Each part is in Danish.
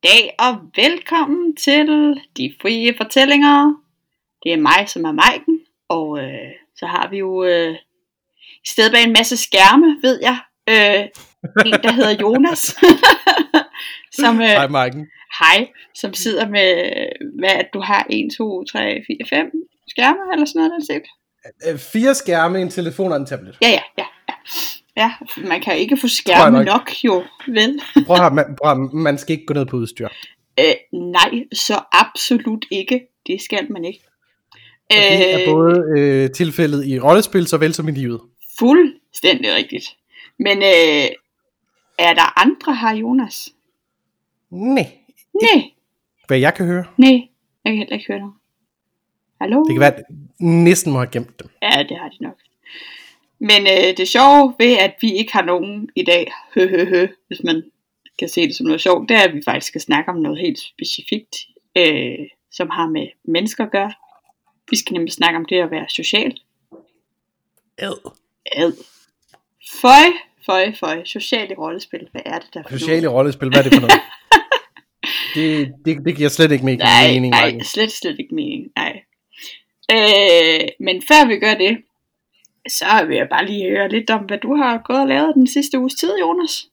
Goddag og velkommen til De Frie Fortællinger. Det er mig, som er Maiken, og så har vi jo i stedet bag en masse skærme, ved jeg, en der hedder Jonas, som, hej Maiken. Hej, som sidder med, hvad du har, 1, 2, 3, 4, 5 skærme, eller sådan noget, der set? 4 skærme, en telefon og en tablet. Ja, man kan ikke få skærme nok jo, vel? Prøv at man skal ikke gå ned på udstyr. Nej, så absolut ikke. Det skal man ikke. Og det er både tilfældet i rollespil, såvel som i livet. Fuldstændig rigtigt. Men er der andre her, Jonas? Nej. Hvad jeg kan høre? Nej, jeg kan heller ikke høre noget. Hallo? Det kan være, at næsten må have gemt dem. Ja, det har de nok. Men det sjove ved, at vi ikke har nogen i dag, hvis man kan se det som noget sjovt, det er, at vi faktisk skal snakke om noget helt specifikt, som har med mennesker at gøre. Vi skal nemlig snakke om det at være social. Ad. Føj. Sociale rollespil. Hvad er det der for noget? Sociale rollespil, hvad er det for noget? det giver slet ikke mening. Nej, slet ikke mening. Nej. Men før vi gør det, så vil jeg bare lige høre lidt om, hvad du har gået og lavet den sidste uges tid, Jonas.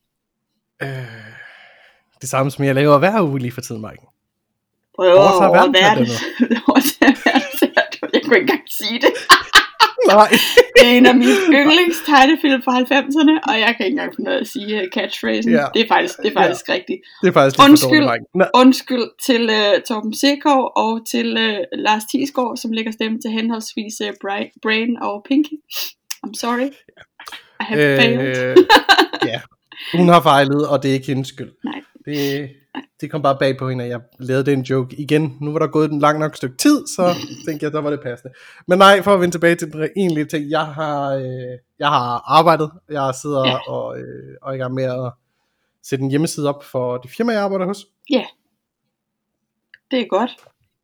Det samme som jeg laver hver uge lige for tiden, Maiken. Hvad er det? Jeg kunne ikke engang sige det. Nej. Det er en af mine yndlingstegnefilm fra 90'erne, og jeg kan ikke engang finde noget at sige catchphrasen. Ja. Det er faktisk rigtigt. Det er faktisk lidt undskyld til Torben Sekov og til Lars Thiesgaard, som lægger stemme til henholdsvis Brain og Pinky. I'm sorry. I have failed. Ja. Hun har fejlet, og det er ikke hendes skyld. Nej. Det kom bare bag på hende, at jeg lavede den joke igen. Nu var der gået en lang nok stykke tid, så tænkte jeg, der var det passende. Men nej, for at vende tilbage til den egentlige ting. Jeg har arbejdet. Jeg sidder og er i gang med at sætte en hjemmeside op for det firma, jeg arbejder hos. Ja, det er godt.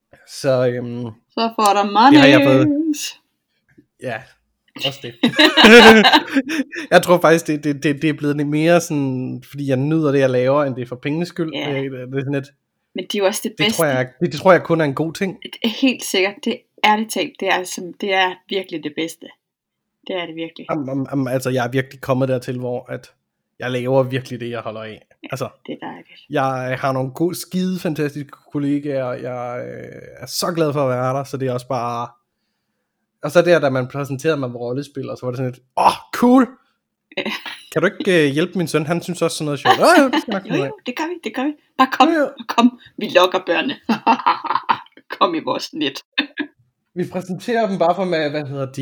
Så får der money. Det har jeg fået. Ja, også det. Jeg tror faktisk det er blevet mere sådan, fordi jeg nyder det jeg laver, end det er for pengenes skyld. Yeah. Det er sådan et, men det er jo også det bedste. Det tror jeg kun er en god ting. Helt sikkert. Det er det talt. Det er virkelig det bedste. Det er det virkelig. Altså jeg er virkelig kommet dertil, hvor at jeg laver virkelig det jeg holder af. Altså, det er dejligt. Jeg har nogle gode, skide fantastiske kollegaer. Jeg er så glad for at være der, så det er også bare. Og så da man præsenterede mig med rollespil, og så var det sådan et, cool! Kan du ikke hjælpe min søn? Han synes også sådan noget sjovt. Jo, det gør vi. Bare kom. Vi lokker børnene. Kom i vores net. Vi præsenterer dem bare for med, hvad hedder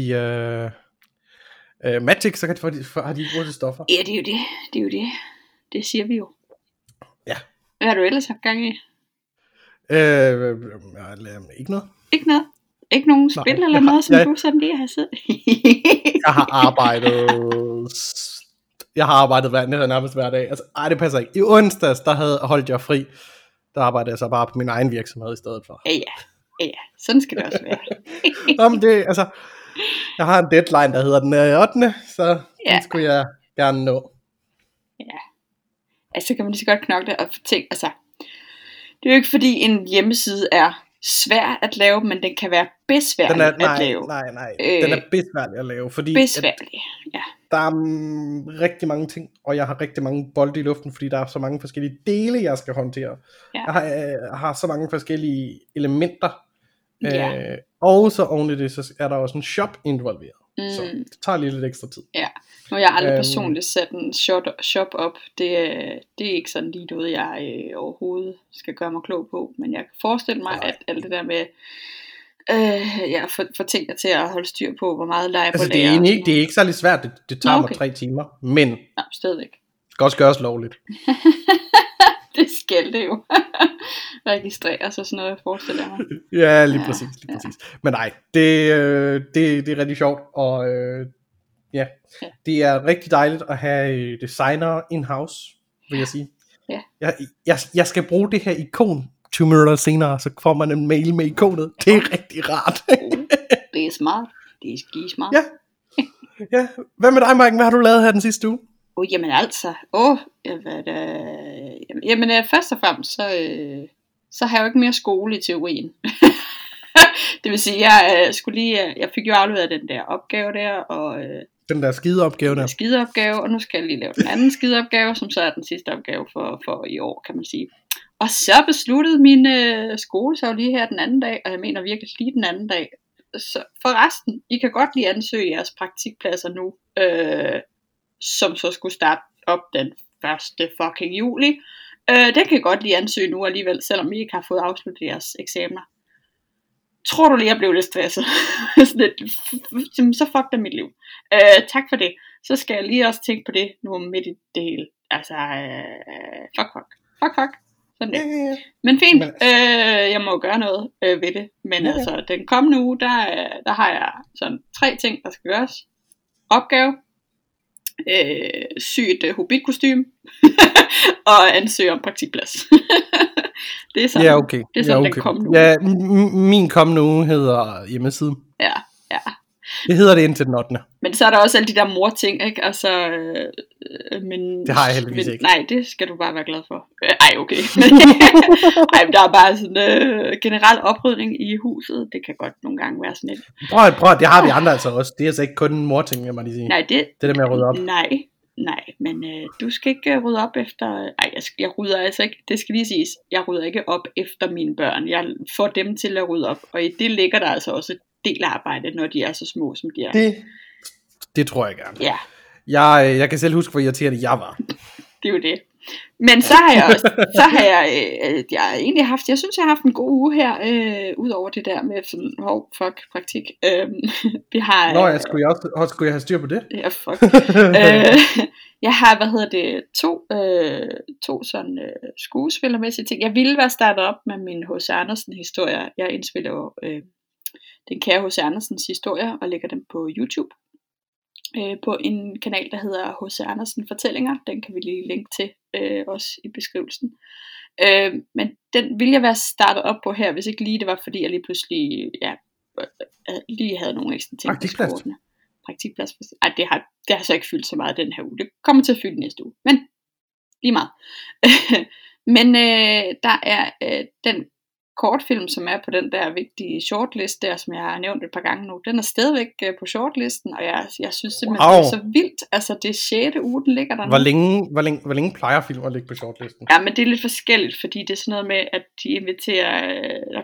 de, Magic, så kan har de ikke stoffer. Ja, det er jo det. Det siger vi jo. Ja. Hvad har du ellers haft gang i? Ikke noget. Ikke noget? Ikke nogen spil eller noget, som du sådan lige har siddet? Jeg har arbejdet nærmest hver dag. Altså, det passer ikke. I onsdags, der holdt jeg fri. Der arbejdede jeg så bare på min egen virksomhed i stedet for. Ja. Sådan skal det også være. Nå, men jeg har en deadline, der hedder den 8. Så den skulle jeg gerne nå. Ja. Altså, kan man lige så godt knokle og tænke, altså, det er jo ikke fordi en hjemmeside er svær at lave, men den kan være besværlig at lave. Nej. Den er besværlig at lave, fordi der er rigtig mange ting, og jeg har rigtig mange bolde i luften, fordi der er så mange forskellige dele, jeg skal håndtere. Ja. Jeg har så mange forskellige elementer, og så oven i det, så er der også en shop involveret. Så det tager lige lidt ekstra tid. Ja, nu har jeg aldrig personligt sat en shop op. Det er ikke sådan lige noget, jeg overhovedet skal gøre mig klog på. Men jeg kan forestille mig, at alt det der med jeg får tænkt til at holde styr på, hvor meget leger på lager. Det er ikke særlig svært. Det tager mig 3 timer. Men stadigvæk. Det skal også gøres lovligt. Det skal det jo. Registreres og sådan noget, forestiller jeg mig. Ja, lige præcis. Men nej, det er rigtig sjovt. Og det er rigtig dejligt at have designer in-house, vil jeg sige. Ja. Jeg skal bruge det her ikon 20 minutter senere, så får man en mail med ikonet. Det er rigtig rart. Det er smart. Det er skismart. Ja. Hvad med dig, Maiken? Hvad har du lavet her den sidste uge? Jamen altså, først og fremmest, så har jeg jo ikke mere skole i teorien. Det vil sige, jeg fik jo afleveret den der opgave der, og den der skideopgave og nu skal jeg lige lave den anden skideopgave, som så er den sidste opgave for i år, kan man sige. Og så besluttede min skole så lige her den anden dag, og jeg mener virkelig lige den anden dag, så forresten, I kan godt lige ansøge jeres praktikpladser nu, som så skulle starte op den 1. fucking juli. Den kan I godt lige ansøge nu alligevel, selvom I ikke har fået afsluttet jeres eksamener. Tror du lige, jeg blev lidt stresset? Så fuck da mit liv. Tak for det. Så skal jeg lige også tænke på det nu midt i det hele. Altså, fuck. Sådan det. Men fint, jeg må gøre noget ved det. Men altså, den kommende uge, der har jeg sådan 3 ting, der skal gøres. Opgave, sy et hobbitkostyme, og ansøge om praktikplads. Det er sådan, okay. Det er sådan okay. Den kommende uge. Ja, min kommende uge hedder hjemmesiden. Ja. Det hedder det indtil den 8. Men så er der også alle de der mor-ting, ikke? Altså, men det har jeg heldigvis ikke. Nej, det skal du bare være glad for. Okay. Men der er bare sådan generel oprydning i huset. Det kan godt nogle gange være sådan et. Prøv, det har vi andre altså også. Det er altså ikke kun en mor-ting, jeg må lige sige. Nej, det der med at rydde op. Nej, men du skal ikke rydde op efter. Jeg rydder altså ikke. Det skal lige siges. Jeg rydder ikke op efter mine børn. Jeg får dem til at rydde op, og i det ligger der altså også et del arbejde, når de er så små, som de er. Det tror jeg gerne. Ja. Jeg kan selv huske, hvor irriterende jeg var. Det er jo det. Men så har jeg egentlig haft, jeg synes, jeg har haft en god uge her, ud over det der med sådan, praktik. Vi har... skulle jeg have styr på det? Ja, fuck. Jeg har, to sådan skuespillermæssige ting. Jeg ville være startet op med min H.C. Andersen historie. Jeg indspiller jo den kære H.C. Andersens historier og lægger dem på YouTube. På en kanal, der hedder H.C. Andersen Fortællinger. Den kan vi lige linke til også i beskrivelsen. Men den ville jeg være startet op på her, hvis ikke lige det var, fordi jeg lige pludselig lige havde nogle ekstra ting. Praktikplads. Ej, det har så ikke fyldt så meget den her uge. Det kommer til at fylde næste uge. Men lige meget. Men der er den kortfilm, som er på den der vigtige shortlist der, som jeg har nævnt et par gange nu, den er stadigvæk på shortlisten, og jeg synes simpelthen, det er så vildt. Altså, det er 6. uge, den ligger der nu. Hvor længe plejer film at ligge på shortlisten? Ja, men det er lidt forskelligt, fordi det er sådan noget med, at de inviterer,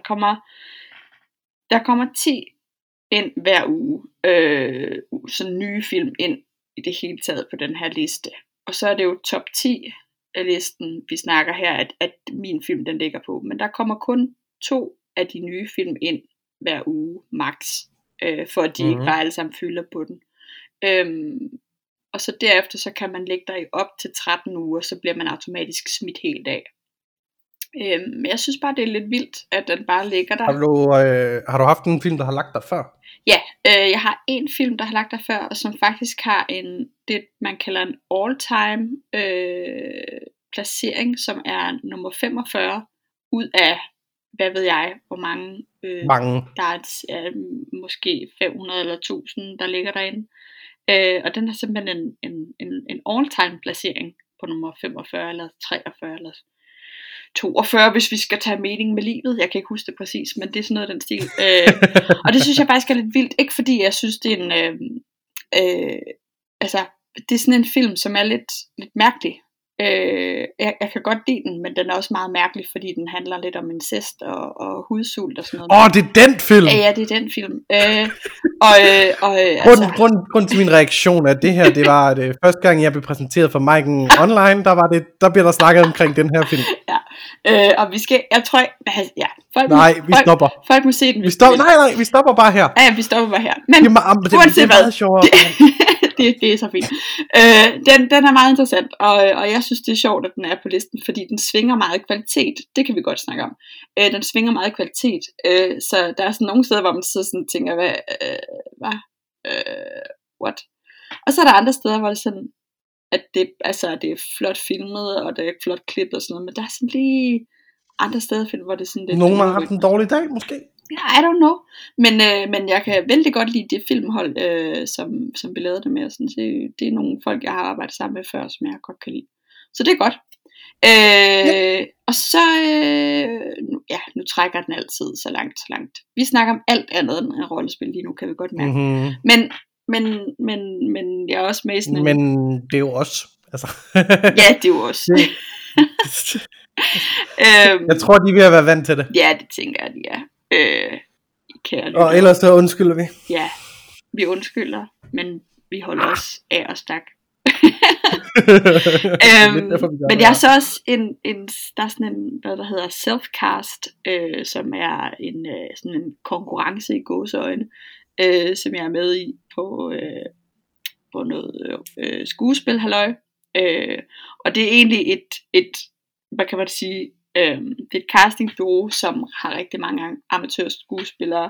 der kommer 10 ind hver uge, sådan nye film ind i det hele taget på den her liste. Og så er det jo top 10 af listen, vi snakker her, at min film, den ligger på. Men der kommer kun 2 af de nye film ind hver uge, max, for at de ikke bare alle sammen fylder på den. Og så derefter, så kan man lægge der i op til 13 uger, så bliver man automatisk smidt helt af. Men jeg synes bare, det er lidt vildt, at den bare ligger der. Har du haft en film, der har lagt dig før? Ja, jeg har en film, der har lagt der før, og som faktisk har det man kalder en all-time placering, som er nummer 45 ud af, hvad ved jeg, hvor mange. Der er måske 500 eller 1000, der ligger derinde. Og den er simpelthen en all-time placering på nummer 45 eller 43 eller 42, hvis vi skal tage mening med livet. Jeg kan ikke huske det præcis, men det er sådan noget af den stil. Og det synes jeg faktisk er lidt vildt. Ikke fordi jeg synes, det er det er sådan en film, som er lidt mærkelig. Jeg kan godt lide den, men den er også meget mærkelig, fordi den handler lidt om incest og hudsult og sådan noget. Det er den film! Ja, det er den film. Grunden til min reaktion af det her, det var, at første gang jeg blev præsenteret for Mike'en online, der bliver der snakket omkring den her film. Ja, og vi skal, jeg tror ikke, vi stopper. Folk må se den. Vi stopper bare her. Ja, vi stopper bare her. Men det er meget sjovere. Det er så fint. Den er meget interessant, og jeg synes, det er sjovt, at den er på listen, fordi den svinger meget kvalitet. Det kan vi godt snakke om. Den svinger meget kvalitet. Så der er sådan nogle steder, hvor man så sådan tænker, what? Og så er der andre steder, hvor det er sådan, at det er flot filmet, og det er flot klippet og sådan noget, men der er sådan lige andre steder, hvor det er sådan lidt... Nogen har haft en dårlig dag, måske? I don't know. Men jeg kan vældig godt lide det filmhold, som vi lavede det med. Sådan, det er nogle folk, jeg har arbejdet sammen med før, som jeg godt kan lide. Så det er godt. Og så, nu trækker den altid så langt. Vi snakker om alt andet end en rollespil lige nu, kan vi godt mærke. Mm-hmm. Men jeg er også med i sådan en... Men det er jo også. Altså. Ja, det er jo også. Jeg tror, de er ved at være vant til det. Ja, det tænker jeg, de er. Og ellers så undskylder vi. Ja, vi undskylder, men vi holder os af og stak. Men jeg er så også der er sådan en, der hedder Selfcast, som er sådan en konkurrence i gåseøjne, som jeg er med i på noget skuespil, halløj. Og det er egentlig et hvad kan man sige, det er et castingbureau, som har rigtig mange amatørskuespillere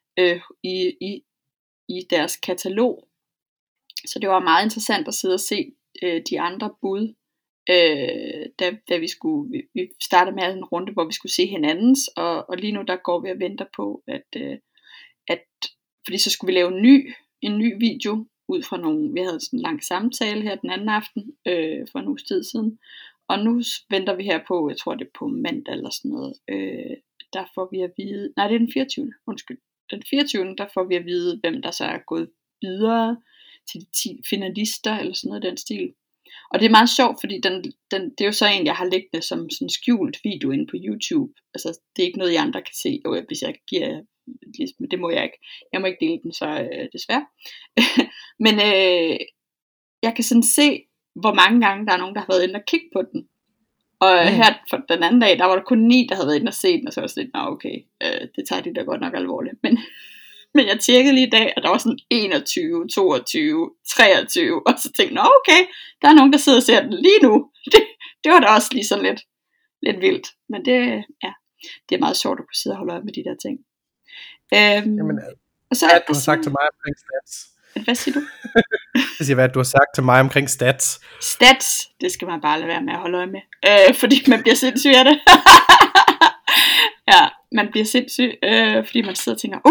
i deres katalog. Så det var meget interessant at sidde og se de andre bud, da vi startede med en runde, hvor vi skulle se hinandens, og lige nu der går vi og venter på, at fordi så skulle vi lave en ny video, ud fra vi havde sådan en lang samtale her den anden aften, for en uges tid siden, og nu venter vi her på, jeg tror det er på mandag eller sådan noget, der får vi at vide, nej det er den 24. Den 24. der får vi at vide, hvem der så er gået videre til de 10 finalister, eller sådan noget den stil. Og det er meget sjovt, fordi det er jo så en, jeg har liggende som sådan skjult video inde på YouTube. Altså, det er ikke noget, I andre kan se, hvis jeg giver, men det må jeg ikke. Jeg må ikke dele den, så desværre. Men jeg kan sådan se, hvor mange gange der er nogen, der har været inde og kigge på den. Og her for den anden dag, der var der kun 9, der havde været inde og set den, og så var det lidt, okay, det tager de da godt nok alvorligt. Men jeg tjekkede lige i dag, og der var sådan 21, 22, 23, og så tænkte jeg, okay, der er nogen, der sidder og ser den lige nu. Det var da også lige sådan lidt vildt. Men det er meget sjovt at kunne sidde og holde øje med de der ting. Jamen, og så, hvad du har sagt til mig omkring stats? Hvad siger du? Jeg siger, hvad du har sagt til mig omkring stats. Stats, det skal man bare lade være med at holde øje med. Fordi man bliver sindssyg af det. Ja, man bliver sindssyg, fordi man sidder og tænker,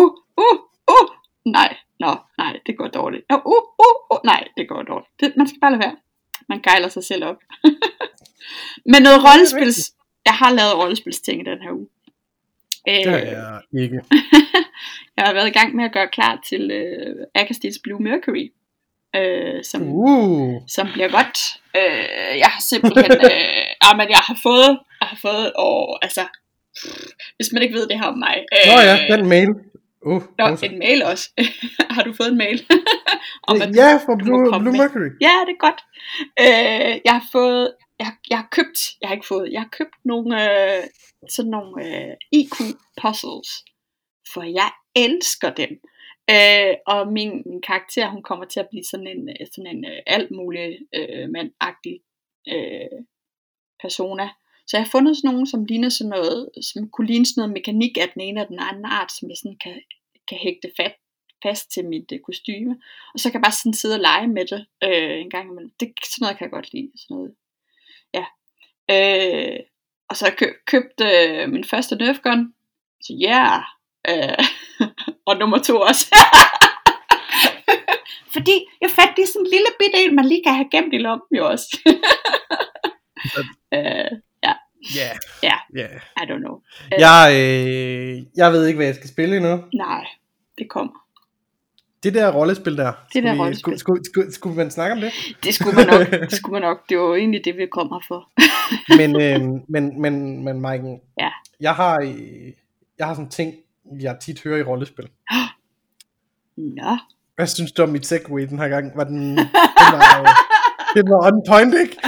nej, det går dårligt. Nej, det går dårligt. Man skal bare lade være. Man gejler sig selv op. Men noget rollespils. Jeg har lavet rollespilsting i den her uge. Det har jeg ikke. Jeg har været i gang med at gøre klar til Acast's Blue Mercury, som bliver godt. Jeg har simpelthen, men jeg har fået, og altså, hvis man ikke ved det her om mig. Den mail. En mail også. Har du fået en mail? Om at fra Blue Mercury. Ja, det er godt. Jeg har købt nogle sådan nogle IQ puzzles, for jeg elsker dem. Og min karakter, hun kommer til at blive sådan en alt mulig mandagtig persona. Så jeg har fundet sådan nogle, som ligner sådan noget, som kunne ligne sådan noget mekanik af den ene og den anden art, som jeg sådan kan hægte fast til mit kostyme. Og så kan jeg bare sådan sidde og lege med det en gang imellem. Sådan noget kan jeg godt lide. Sådan noget. Ja. Og så har jeg købt min første Nerf gun. Så og nummer 2 også. Fordi jeg fandt det sådan en lille bitte en, man lige kan have gemt i lommen jo også. I don't know. Jeg ved ikke, hvad jeg skal spille endnu. Nej, det kommer. Det der rollespil der. Skulle man snakke om det? Det skulle man nok. Det var jo egentlig det, vi kom her for. men Maiken. Ja. Jeg har sådan en ting, jeg tit hører i rollespil. Nå. Hvad synes du om mit segway den her gang? Den var on point, ikke?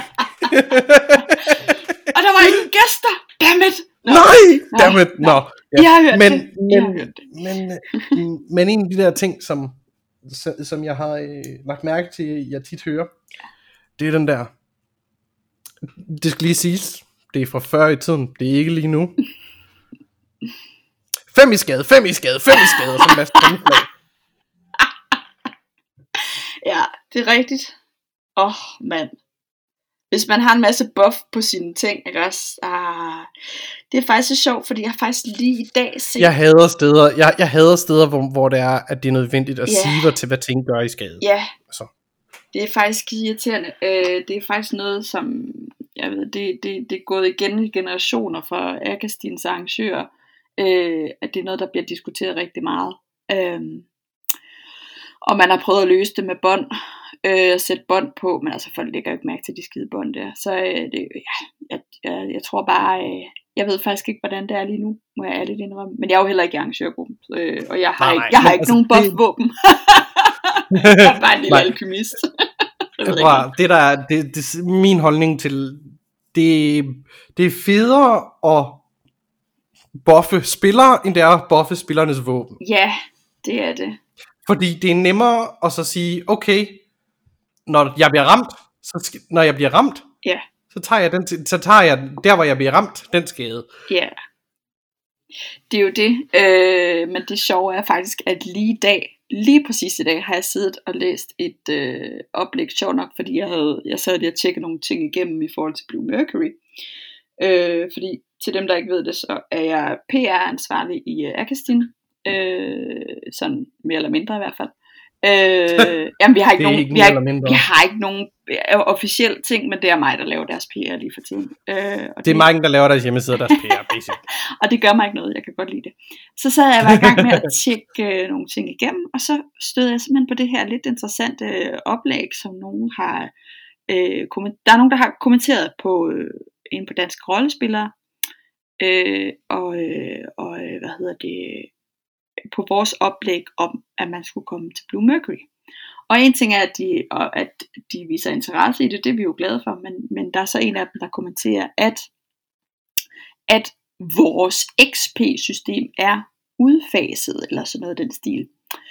Og der var ingen gæster. Dammit. Dammit. Nå. Ja. Jeg har hørt det. Men en af de der ting, som jeg har lagt mærke til, jeg tit hører, det er den der. Det skal lige siges. Det er fra før i tiden. Det er ikke lige nu. 5 i skade. Sådan en masse trommeslag. Ja, det er rigtigt. Mand. Hvis man har en masse buff på sine ting, ikke også? Det er faktisk så sjovt, fordi jeg har faktisk lige i dag set... Jeg hader steder, hvor det er, at det er nødvendigt at sige til, hvad ting gør i skade. Ja, altså. Det er faktisk irriterende. Det er faktisk noget, som... Jeg ved, det er gået igen i generationer for Akastins arrangører, at det er noget, der bliver diskuteret rigtig meget. Og man har prøvet at løse det med bånd, at sætte bånd på, men altså folk lægger jo ikke mærke til de skide bånd der. Så jeg tror bare, jeg ved faktisk ikke, hvordan det er lige nu, må jeg ærligt indrømme. Men jeg er jo heller ikke i arrangørgruppen, og jeg har ikke nogen buff-våben. Jeg er bare en lille alkymist. Det er min holdning til, det er federe at buffe spillere, end det er at buffe spillernes våben. Ja, det er det. Fordi det er nemmere at så sige, okay, når jeg bliver ramt, så tager jeg der, hvor jeg bliver ramt, den skade. Ja, det er jo det. Men det sjove er faktisk, at lige præcis i dag, har jeg siddet og læst et oplæg, sjovt nok, fordi jeg sad lige og tjekkede nogle ting igennem i forhold til Blue Mercury. Fordi til dem, der ikke ved det, så er jeg PR-ansvarlig i Akastin. Sådan mere eller mindre i hvert fald. Jamen vi har ikke nogen officielle ting, men det er mig, der laver deres PR lige for tiden. Og det er mig, der laver deres hjemmeside og deres PR, basic. Og det gør mig ikke noget, jeg kan godt lide det. Så sad jeg i gang med at tjekke nogle ting igennem, og så stød jeg simpelthen på det her lidt interessante oplæg, som nogen har der er nogen, der har kommenteret på inde på Danske Rollespillere, og hvad hedder det, på vores oplæg om, at man skulle komme til Blue Mercury. Og en ting er, at de viser interesse i det, det er vi jo glade for, men der er så en af dem, der kommenterer, at vores XP-system er udfaset, eller sådan noget af den stil.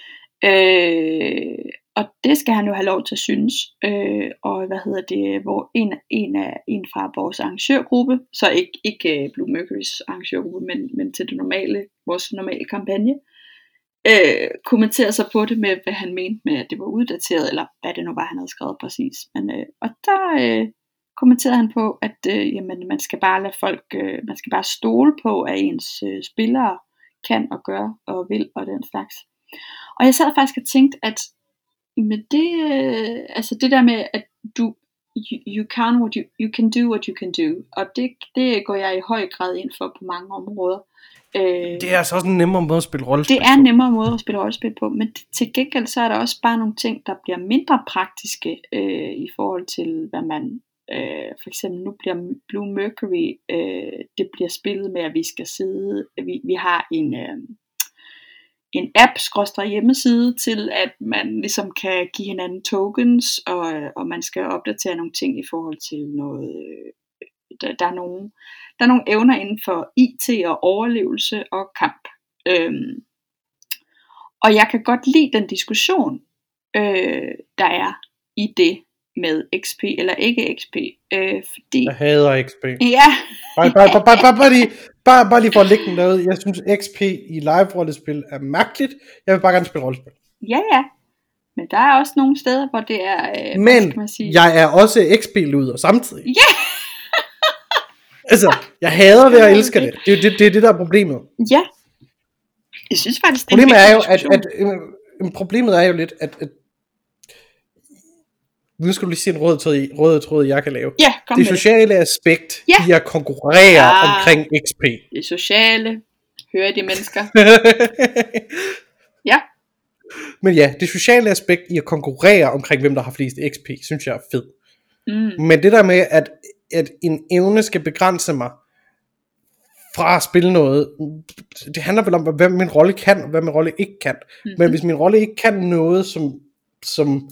Og det skal han jo have lov til at synes. Og hvad hedder det, hvor en fra vores arrangørgruppe, så ikke Blue Mercurys arrangørgruppe, men til vores normale kampagne, kommenterede sig på det med, hvad han mente med, at det var uddateret, eller hvad det nu var, han havde skrevet præcis. Og der kommenterede han på, at jamen, man skal bare lade folk, man skal bare stole på, at ens spillere kan og gør og vil og den slags. Og jeg sad faktisk og tænkte, at med det, altså det der med, at you can do what you can do, og det går jeg i høj grad ind for på mange områder. Det er altså også en nemmere måde at spille rollespil på. Det er en nemmere måde at spille rollespil på, men til gengæld så er der også bare nogle ting, der bliver mindre praktiske i forhold til, hvad man for eksempel nu bliver Blue Mercury, det bliver spillet med, at vi skal sidde, vi har en app-hjemmeside til, at man ligesom kan give hinanden tokens, og man skal opdatere nogle ting i forhold til noget, der er nogle evner inden for IT og overlevelse og kamp. Og jeg kan godt lide den diskussion, der er i det med XP eller ikke XP. Fordi... Jeg hader XP. Ja. Bare lige for at lægge den derude. Jeg synes XP i live-rollespil er mærkeligt. Jeg vil bare gerne spille rollespil. Ja. Men der er også nogle steder, hvor det er... Men jeg er også XP-luder samtidig. Ja. Altså, jeg hader det og elsker det. Det er det, der er problemet. Ja. Jeg synes faktisk, det problemet er jo, at problemet er jo lidt, at nu skal du lige se en rød tråd, jeg kan lave. Ja, det sociale aspekt i at konkurrere omkring XP. Det sociale, hører de mennesker. Ja. Men ja, det sociale aspekt i at konkurrere omkring, hvem der har flest XP, synes jeg er fed. Men det der med, at en evne skal begrænse mig fra at spille noget, det handler vel om, hvad min rolle kan, og hvad min rolle ikke kan. Men hvis min rolle ikke kan noget, som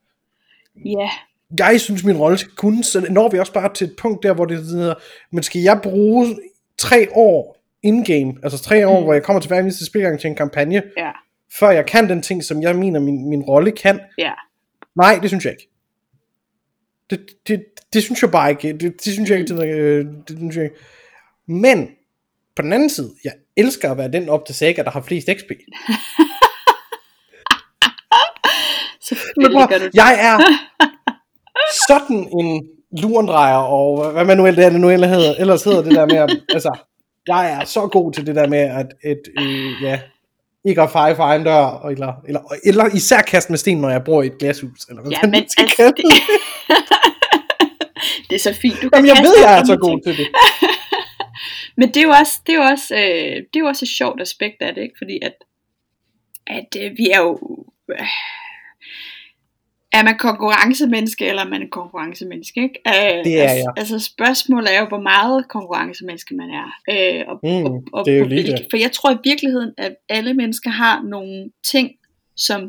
jeg synes min rolle skal kunne, så når vi også bare til et punkt der, hvor det hedder, men skal jeg bruge 3 år in-game, altså 3 år, hvor jeg kommer til hver eneste spilgang til en kampagne, før jeg kan den ting, som jeg mener min rolle kan? Nej, det synes jeg ikke. Det synes jeg bare ikke. Det synes jeg ikke. Det synes jeg ikke. Men på den anden side, jeg elsker at være den op til Saga, der har flest XP. Jeg er sådan en lurendrejer, og hvad man nu ellers hedder det der med, at, altså, jeg er så god til det der med, at ikke at feje for egen dør, eller især kaste med sten, når jeg bor i et glashus, eller hvad men altså, det er så fint, du kan. Jamen, jeg ved, jeg er så god til det. Men det er jo også et sjovt aspekt af det, ikke? Fordi at vi er jo... Er man konkurrencemenneske, eller er man en konkurrencemenneske, ikke? Det er jeg. Altså spørgsmålet er jo, hvor meget konkurrencemenneske man er. Det er jo lige det. For jeg tror i virkeligheden, at alle mennesker har nogle ting, som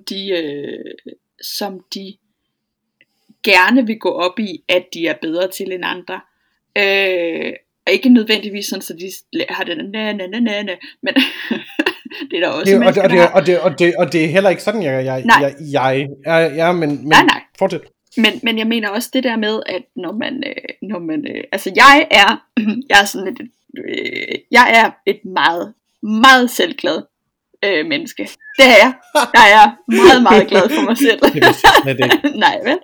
de gerne vil gå op i, at de er bedre til end andre. Og ikke nødvendigvis sådan, så de har det men det er der også og det er heller ikke sådan, jeg men nej. Fortsæt. Men jeg mener også det der med, at når man altså jeg er sådan et jeg er et meget, meget selvglad menneske. Det er jeg. Jeg er meget, meget glad for mig selv. Nej, vel?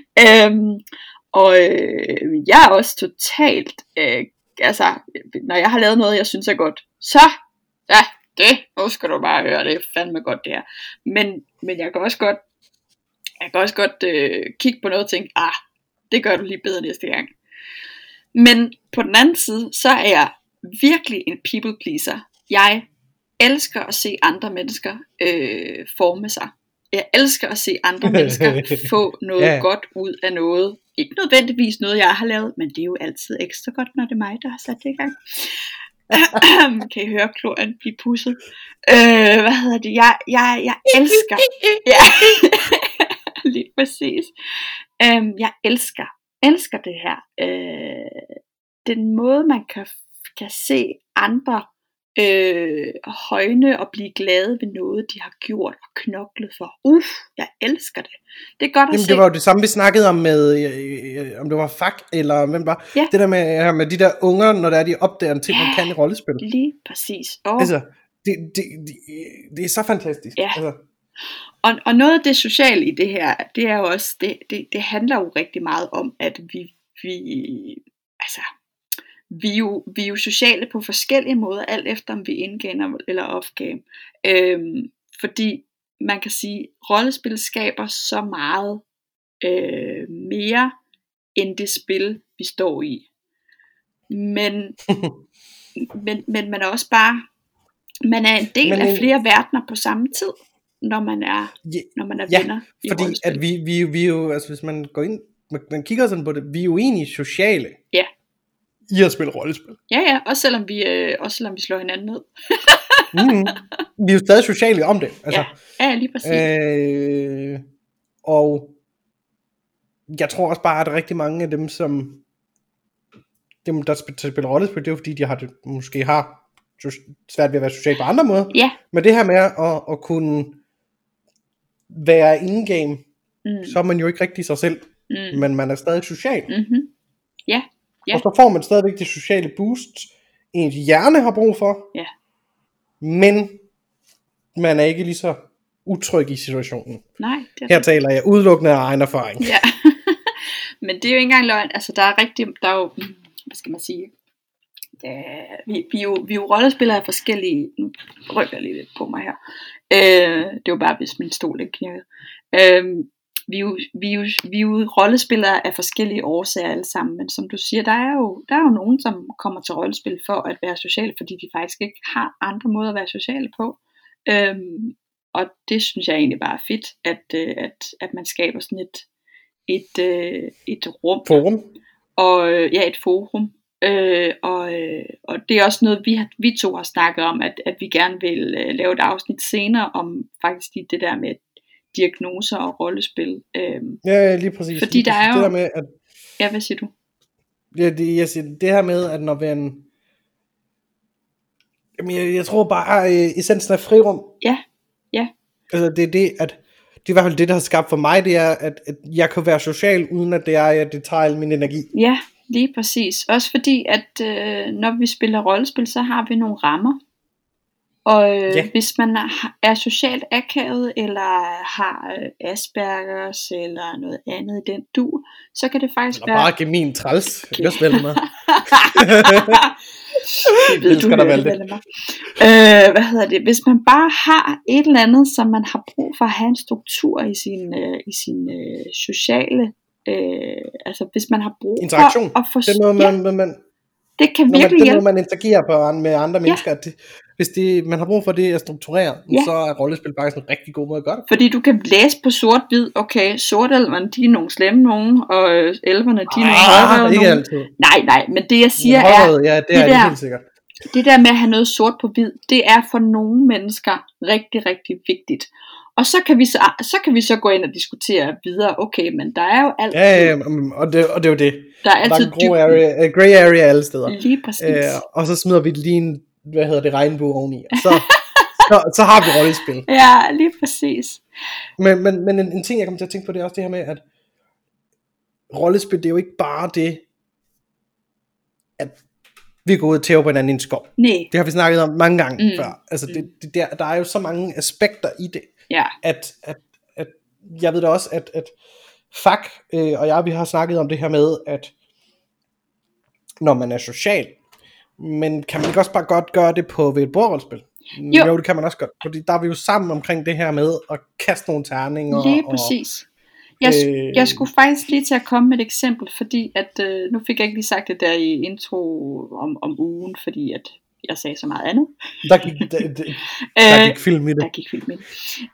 Jeg er også totalt altså, når jeg har lavet noget, jeg synes er godt, så nu skal du bare høre, det er fandme godt det her. Men jeg kan også godt kigge på noget og tænke, det gør du lige bedre næste gang. Men på den anden side, så er jeg virkelig en people pleaser. Jeg elsker at se andre mennesker forme sig. Jeg elsker at se andre mennesker få noget godt ud af noget. Ikke nødvendigvis noget, jeg har lavet, men det er jo altid ekstra godt, når det er mig, der har sat det i gang. Kan I høre klorien blive pusset? Hvad hedder det? Jeg elsker. Ja, lige præcis. Jeg elsker det her. Den måde, man kan se andre højne og blive glade ved noget, de har gjort og knoklet for. Jeg elsker det. Det er godt at se. Det var jo det samme, vi snakkede om med, om det var Fak, eller hvem var. Ja. Det der med de der unger, når der er de opdager en ting, man kan i rollespil. Lige præcis. Altså, det er så fantastisk. Ja. Altså. Og noget af det sociale i det her, det er jo også, det handler jo rigtig meget om, at vi er jo sociale på forskellige måder, alt efter om vi er in-game eller off-game. Fordi man kan sige, rollespil skaber så meget mere end det spil, vi står i. Men man er også bare, man er en del af flere verdener på samme tid, når man er venner i fordi rollespil. At vi jo, altså hvis man går ind, man kigger sådan på det, vi er jo egentlig sociale. Ja. I at spille rollespil. Ja, også selvom vi slår hinanden ned. Vi er jo stadig sociale om det. Altså, ja, lige præcis. Og jeg tror også bare, at rigtig mange af dem, der spiller rollespil, det er jo fordi, de måske har svært ved at være sociale på andre måder. Ja. Men det her med at kunne være in-game, så er man jo ikke rigtig sig selv, men man er stadig social. Mm-hmm. Ja. Ja. Og så får man stadigvæk det sociale boost, ens hjerne har brug for. Ja. Men man er ikke lige så utryg i situationen. Nej. Her taler jeg udelukkende af egen erfaring. Ja. Men det er jo ikke engang løgn. Altså der er jo, hvad skal man sige? Vi er jo rollespillere af forskellige. Nu rykker jeg lige lidt på mig her. Det er jo bare, hvis min stol ikke knirker. Vi er jo rollespillere af forskellige årsager alle sammen, men som du siger, der er jo nogen, som kommer til rollespil for at være sociale, fordi de faktisk ikke har andre måder at være sociale på. Og det synes jeg egentlig bare er fedt, at man skaber sådan et rum. Forum. Og et forum. Og det er også noget, vi to har snakket om, at vi gerne vil lave et afsnit senere om faktisk det der med diagnoser og rollespil. Ja, lige præcis. Fordi lige der er jo... Det der med, at... Ja, hvad siger du? Jeg siger, det her med, at når man... Jamen, jeg tror bare, essensen af frirum. Ja. Altså, det er det, at... Det er i hvert fald det, der har skabt for mig, det er, at jeg kan være social, uden at det tager al min energi. Ja, lige præcis. Også fordi, at når vi spiller rollespil, så har vi nogle rammer. Og hvis man er socialt akavet, eller har Aspergers, eller noget andet i den du, så kan det faktisk eller bare give min træls. Okay. Jeg skal mig. Det ved du, hvad hedder det? Hvis man bare har et eller andet, som man har brug for at have en struktur i sin sociale, altså hvis man har brug interaktion. For at få det kan virkelig hjælpe. Når man interagerer med andre mennesker, hvis man har brug for det at strukturere, så er rollespil faktisk en rigtig god måde at gøre det. Fordi du kan læse på sort-hvid, okay, sortelverne, de er nogle slemme nogen, og elverne, de er nogle højrede ikke nogen. Altid. Nej, men det jeg siger er helt sikkert. Det der med at have noget sort på hvid, det er for nogle mennesker rigtig, rigtig vigtigt. Og så kan vi så gå ind og diskutere videre. Okay, men der er jo altid... Ja, og det er jo det. Der er altid gray area alle steder. Lige præcis. Og så smider vi lige en, regnbue oveni. Og så har vi rollespil. Ja, lige præcis. Men en ting, jeg kommer til at tænke på, det er også det her med, at rollespil, det er jo ikke bare det, at vi går ud og tæver på hinanden i en skov. Nej. Det har vi snakket om mange gange før. Altså, der er jo så mange aspekter i det. Ja. At jeg ved da også, at Fak og jeg, vi har snakket om det her med, at når man er social, men kan man ikke også bare godt gøre det ved et bordrollespil? Jo, det kan man også godt, fordi der er vi jo sammen omkring det her med at kaste nogle terninger. Lige præcis. Jeg skulle faktisk lige til at komme med et eksempel, fordi at, nu fik jeg ikke lige sagt det der i intro om ugen, fordi at jeg sagde så meget andet. Der gik film i det. Der gik film i det.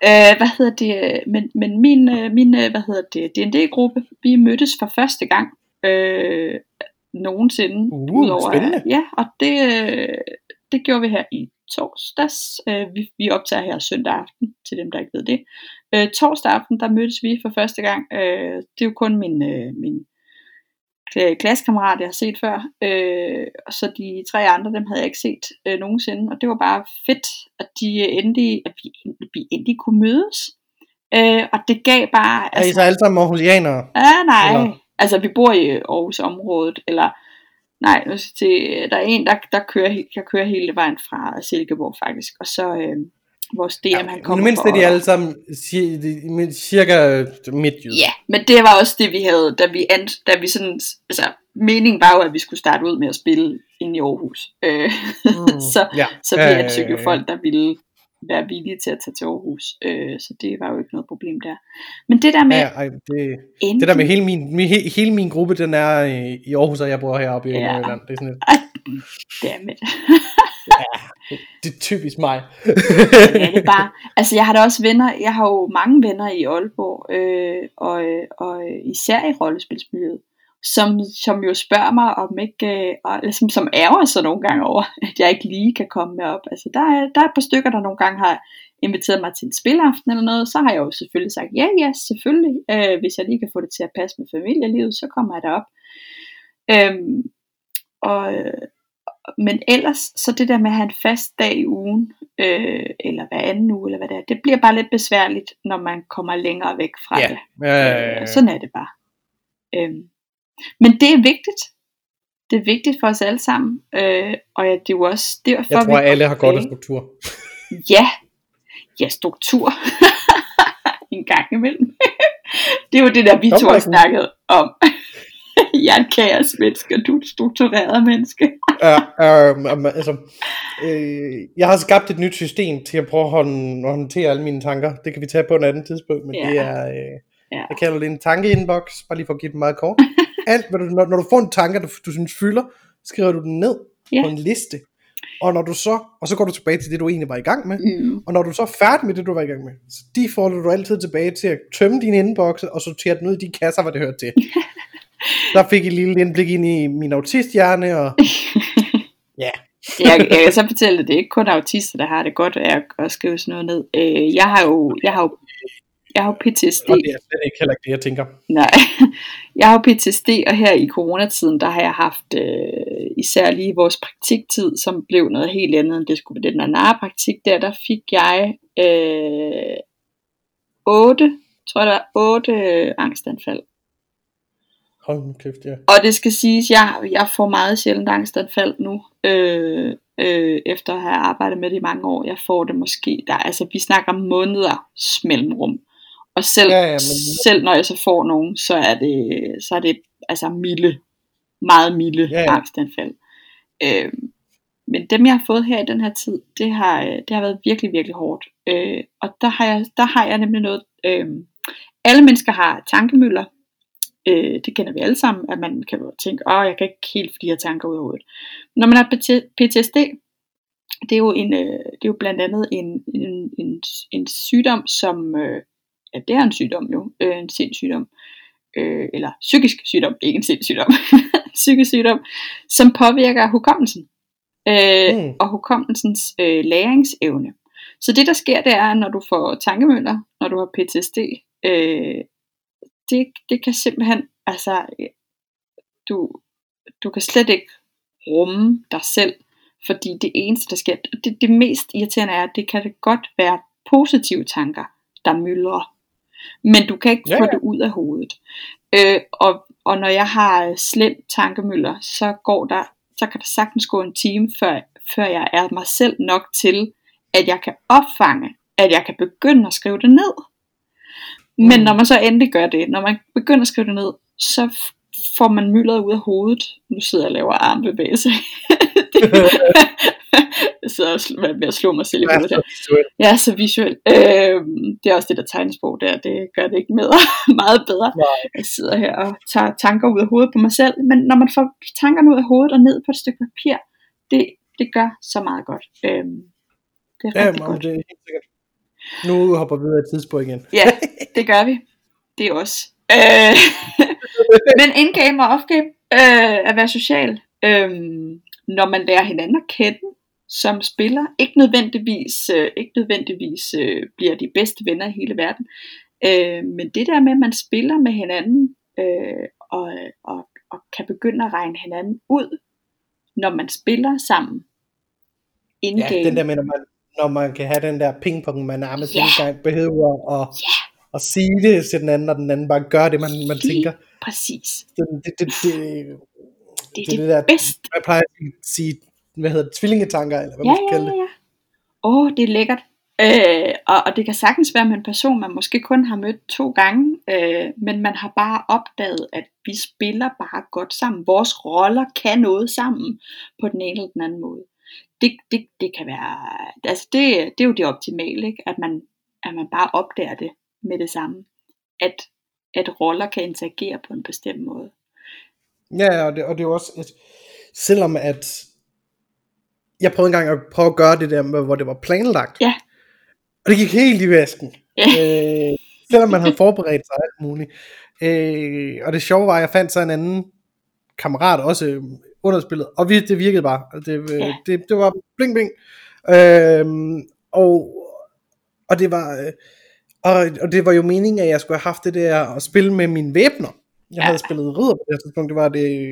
Men min D&D-gruppe, vi mødtes for første gang nogensinde. Spændende. Ja, og det gjorde vi her i torsdags. Vi optager her søndag aften, til dem der ikke ved det. Torsdag aften, der mødtes vi for første gang. Det er jo kun min klassekammerat, jeg har set før. Og så de 3 andre, dem havde jeg ikke set nogensinde. Og det var bare fedt, at vi endelig kunne mødes. Og det gav bare... Er I så alle sammen aarhusianere? Nej. Eller? Altså, vi bor i Aarhus-området, eller... Nej, der er en, der kører hele vejen fra Silkeborg faktisk, og så vores DM, han kommer mindst er de alle sammen cirka midtjyde. Ja, men det var også det, vi havde, da vi sådan, altså, meningen var jo, at vi skulle starte ud med at spille inde i Aarhus. Så vi ansøgte jo folk, der ville være villige til at tage til Aarhus, så det var jo ikke noget problem der. Men det der med det der med hele min gruppe, den er i Aarhus, og jeg bor heroppe i Nordjylland. Det er sådan et... Dammit. Det er typisk mig. Ja, det er bare, altså jeg har da også venner, jeg har jo mange venner i Aalborg, og især i rollespilsmiljøet, som jo spørger mig om ikke, og som ærger sig nogle gange over, at jeg ikke lige kan komme med op. Altså der er et par stykker, der nogle gange har inviteret mig til en spilaften eller noget, så har jeg jo selvfølgelig sagt, ja, selvfølgelig, hvis jeg lige kan få det til at passe med familielivet, så kommer jeg derop. Men ellers, så det der med at have en fast dag i ugen, eller hver anden uge, eller hvad det er, det bliver bare lidt besværligt, når man kommer længere væk fra det. Sådan er det bare. Men det er vigtigt. Det er vigtigt for os alle sammen. Og det er jo også derfor, jeg tror, at alle har godt af struktur. Ja, struktur. En gang imellem. Det er jo det der, vi to har snakket om. Jeg er en kaosmenneske, og du er et struktureret menneske. Jeg har skabt et nyt system til at prøve at håndtere alle mine tanker. Det kan vi tage på en anden tidspunkt, men det er... Jeg kalder det en tankeinbox, bare lige for at give det meget kort. Alt, når du får en tanke, du synes fylder, skriver du den ned på en liste. Og så går du tilbage til det, du egentlig var i gang med. Og når du så er færdig med det, du var i gang med, så defaulter du altid tilbage til at tømme dine inboxer og sortere den ud i de kasser, hvor det hører til. Der fik jeg et lille indblik ind i min autisthjerne, og ja. Jeg kan så fortælle dig, det er ikke kun autister, der har det godt af at skrive sådan noget ned. Jeg har jo PTSD. Og det er slet ikke heller ikke det, jeg tænker. Nej, jeg har jo PTSD, og her i coronatiden, der har jeg haft især lige vores praktiktid, som blev noget helt andet, end det skulle være den der narrepraktik der fik jeg 8 angstanfald. Hold nu kæft, ja. Og det skal siges, jeg får meget sjældent angstanfald nu. efter at have arbejdet med det i mange år. Jeg får det måske, vi snakker måneder mellemrum. Og selv når jeg så får nogen, så er det altså meget milde angstanfald. Men dem jeg har fået her i den her tid, det har været virkelig, virkelig hårdt. Og der har jeg nemlig noget. Alle mennesker har tankemøller. Det kender vi alle sammen, at man kan tænke, jeg kan ikke helt få de her tanker ud af hovedet. Når man har PTSD, det er jo blandt andet en sygdom, som det er en sygdom jo, en sindssygdom, eller psykisk sygdom, ikke en sindssygdom, psykisk sygdom, som påvirker hukommelsen og hukommelsens læringsevne. Så det der sker, det er, når du får tankemøller, når du har PTSD, det kan simpelthen, du kan slet ikke rumme dig selv, fordi det eneste der sker, det mest irriterende er, at det kan det godt være positive tanker, der myldrer, men du kan ikke få det ud af hovedet. Og når jeg har slem tankemøller, så kan der sagtens gå en time, før jeg er mig selv nok til, at jeg kan opfange, at jeg kan begynde at skrive det ned. Men når man så endelig gør det, når man begynder at skrive det ned, så får man myldret ud af hovedet. Nu sidder jeg og laver armbevægelser. Jeg sidder og ved at slå mig selv i hovedet her. Ja, så visuelt. Det er også det der tegnesprog der, det gør det ikke meget bedre. Jeg sidder her og tager tanker ud af hovedet på mig selv. Men når man får tankerne ud af hovedet og ned på et stykke papir, det gør så meget godt. Det er rigtig godt. Det er helt sikkert. Nu hopper vi ud af tidsspor igen. Ja, det gør vi. Det er også. Men in-game og off-game, at være social, når man lærer hinanden at kende som spiller, ikke nødvendigvis bliver de bedste venner i hele verden, men det der med, at man spiller med hinanden, og kan begynde at regne hinanden ud, når man spiller sammen in-game. Ja, den der med, når man kan have den der pingpong, man nærmest ikke engang behøver at sige det til den anden, og den anden bare gør det, man tænker. Præcis. Det er det der bedste. Jeg plejer at sige, tvillingetanker, eller hvad man skal kalde det. Det er lækkert. Og det kan sagtens være med en person, man måske kun har mødt 2 gange, men man har bare opdaget, at vi spiller bare godt sammen. Vores roller kan noget sammen på den ene eller den anden måde. Det kan være, altså det er jo det optimale, ikke? At man bare opdager det med det samme, at roller kan interagere på en bestemt måde. Ja, og det er jo også, selvom at jeg prøvede engang at gøre det der med, hvor det var planlagt, og det gik helt i vasken, selvom man havde forberedt sig alt muligt, og det sjove var, at jeg fandt så en anden kammerat også underspillet, og det virkede bare, det var bling bling, og det var og det var jo meningen, at jeg skulle have haft det der at spille med mine væbner. Jeg havde spillet ridder på det tidspunkt. Det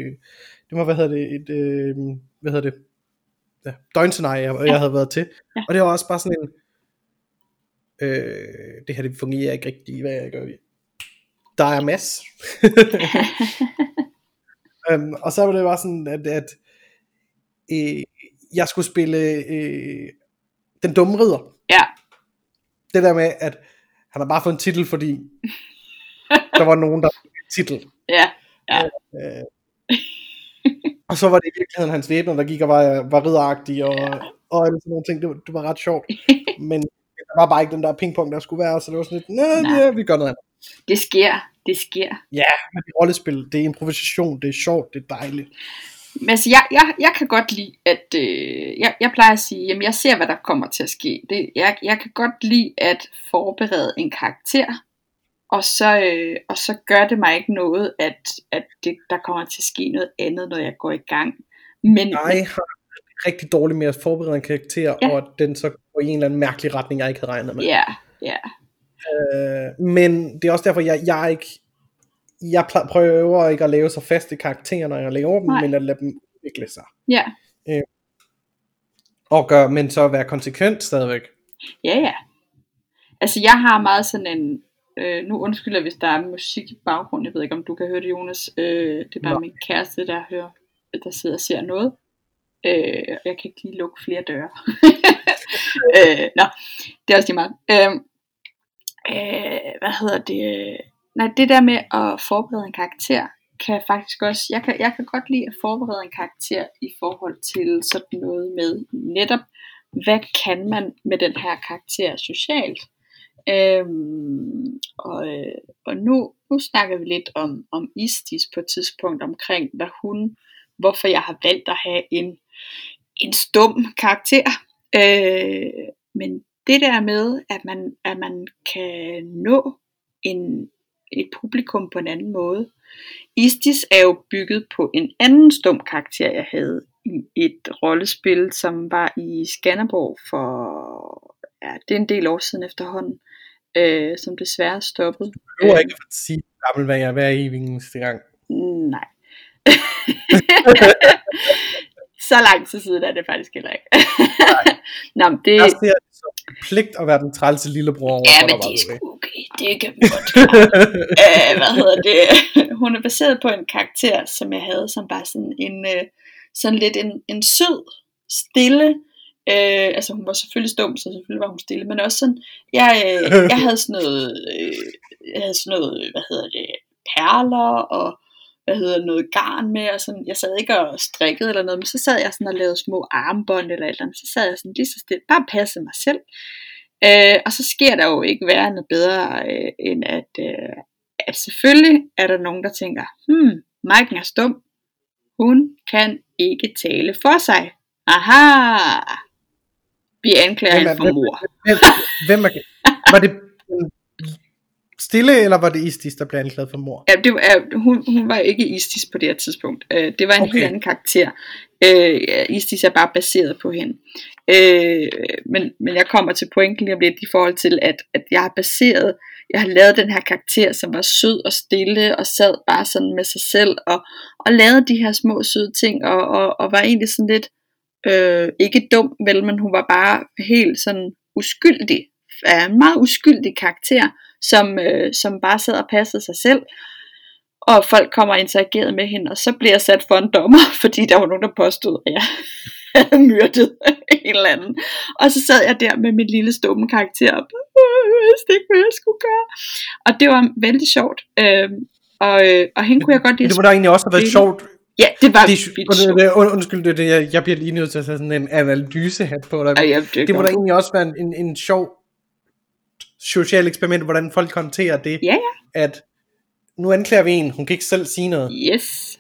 var døgnscenarie, jeg havde været til. Og det var også bare sådan en det her, det fungerer ikke rigtigt, hvad jeg gør. Der er Mads. Og så var det bare sådan, at jeg skulle spille den dumme ridder. Ja. Det der med, at han har bare fået en titel, fordi der var nogen, der fik en titel. Ja. Og så var det i virkeligheden hans væbner, der gik og var ridderagtig, og sådan nogle ting. Det var ret sjovt. Men der var bare ikke den der pingpong, der skulle være, så det var sådan lidt, vi gør noget andet. Det sker. Ja, men det er rollespil, det er improvisation, det er sjovt, det er dejligt. Men altså, jeg kan godt lide, at jeg plejer at sige, jamen jeg ser, hvad der kommer til at ske. Jeg kan godt lide at forberede en karakter, og så gør det mig ikke noget, at der kommer til at ske noget andet, når jeg går i gang. Men jeg har rigtig dårligt med at forberede en karakter, og at den så går i en eller anden mærkelig retning, jeg ikke havde regnet med. Ja. Men det er også derfor, jeg prøver ikke at lave så faste karakterer, når jeg laver dem, men at lade dem udvikle sig. Ja. Men så være konsekvent stadigvæk. Ja. Altså jeg har meget sådan en, nu undskylder hvis der er musik i baggrunden, jeg ved ikke om du kan høre det, Jonas, det er bare min kæreste, der sidder og ser noget. Jeg kan ikke lige lukke flere døre. Nå, det er også lige meget. Hvad hedder det? Nej, det der med at forberede en karakter, kan faktisk også, jeg kan godt lide at forberede en karakter i forhold til sådan noget med netop, hvad kan man med den her karakter socialt? Og nu snakker vi lidt om Istis på et tidspunkt omkring, hvorfor jeg har valgt at have en stum karakter. Men det der med, at man kan nå et publikum på en anden måde. Istis er jo bygget på en anden stum karakter, jeg havde i et rollespil, som var i Skanderborg for, det er en del år siden efterhånden, som desværre stoppede. Du behøver ikke at sige gammel, hvad jeg hver evig eneste gang. Nej. Så lang tid siden er det faktisk heller ikke. Nå, men det... Jeg ser det som pligt at være den trælse lillebror over. Ja, men det er sgu okay. Det kan vi godt klare. Hvad hedder det? Hun er baseret på en karakter, som jeg havde, som bare sådan lidt en sød, stille. Altså hun var selvfølgelig stum, så selvfølgelig var hun stille, men også sådan, jeg havde sådan noget, hvad hedder det, perler og noget garn med, og sådan, jeg sad ikke og strikkede eller noget, men så sad jeg sådan og lavede små armbånd eller et eller andet, så sad jeg sådan lige så stille, bare passede mig selv, og så sker der jo ikke værre noget bedre, end at selvfølgelig er der nogen, der tænker, Maiken er stum, hun kan ikke tale for sig, aha, vi anklager hende for mord. Hvem var det Stille, eller var det Istis, der blev anklaget for mord? Ja, hun var ikke Istis på det her tidspunkt. Det var en helt anden karakter. Istis er bare baseret på hende. Men jeg kommer til pointen lige om lidt i forhold til, at jeg har lavet den her karakter, som var sød og stille, og sad bare sådan med sig selv, og lavede de her små søde ting, og var egentlig sådan lidt, ikke dum, vel, men hun var bare helt sådan uskyldig. En meget uskyldig karakter, som bare sad og passede sig selv, og folk kommer og interagerede med hende, og så blev jeg sat for en dommer, fordi der var nogen, der påstod, at jeg havde myrdet en eller anden, og så sad jeg der med min lille stumme karakter op, jeg vidste ikke, hvad jeg skulle gøre, og det var vældig sjovt, og hende kunne jeg godt lide. Det må da egentlig også have været sjovt. Ja, det var vildt sjovt. Undskyld, jeg bliver lige nødt til at tage sådan en analysehat på dig. Det må da egentlig også være en sjov social eksperiment, hvordan folk håndterer det, at nu anklager vi en, hun kan ikke selv sige noget. Yes.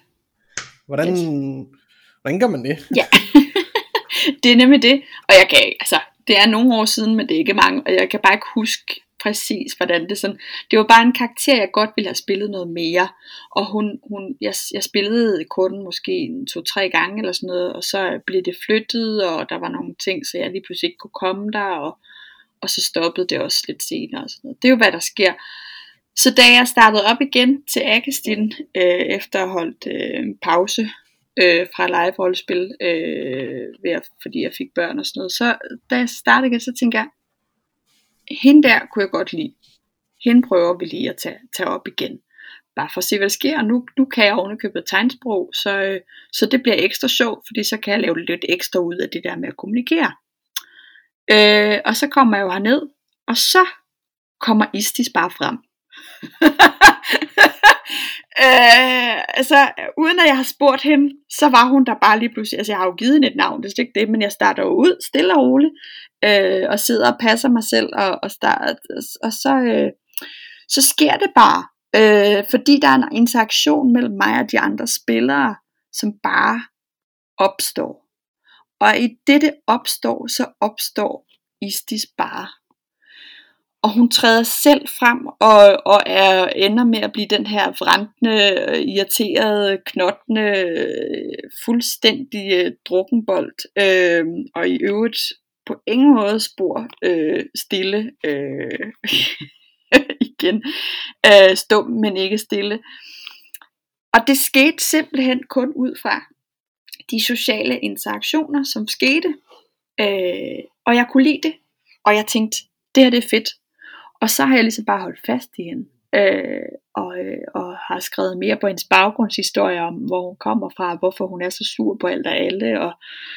Hvordan gør man det? Ja, det er nemlig det, og jeg kan, altså, det er nogle år siden, men det er ikke mange, og jeg kan bare ikke huske præcis, hvordan det sådan, det var bare en karakter, jeg godt ville have spillet noget mere, og jeg spillede kun måske 2-3 gange eller sådan noget, og så blev det flyttet, og der var nogle ting, så jeg lige pludselig ikke kunne komme der, og så stoppede det også lidt senere og sådan noget. Det er jo hvad der sker. Så da jeg startede op igen til Akestin, efter at have holdt en pause fra live-rollespil, fordi jeg fik børn og sådan noget, så da jeg startede igen, så tænkte jeg, hende der kunne jeg godt lide. Hende prøver vi lige at tage op igen. Bare for at se, hvad der sker. Nu kan jeg ovenikøbet tegnsprog, så det bliver ekstra sjovt, fordi så kan jeg lave lidt ekstra ud af det der med at kommunikere. Og så kommer jeg jo herned, og så kommer Istis bare frem. Altså uden at jeg har spurgt hende, så var hun der bare lige pludselig. Altså jeg har jo givet hende et navn, det er ikke det, men jeg starter jo ud stille og roligt, og sidder og passer mig selv, og så sker det bare, fordi der er en interaktion mellem mig og de andre spillere, som bare opstår. Og i det opstår, så opstår Istis bare. Og hun træder selv frem og ender med at blive den her vrantende, irriterede, knottende, fuldstændig drukkenbold. Og i øvrigt på ingen måde spor stille igen. Stum, men ikke stille. Og det skete simpelthen kun ud fra de sociale interaktioner, som skete. Og jeg kunne lide det. Og jeg tænkte, det her det er fedt. Og så har jeg ligesom bare holdt fast i hende. og har skrevet mere på hendes baggrundshistorie om, hvor hun kommer fra, hvorfor hun er så sur på alt og alle, og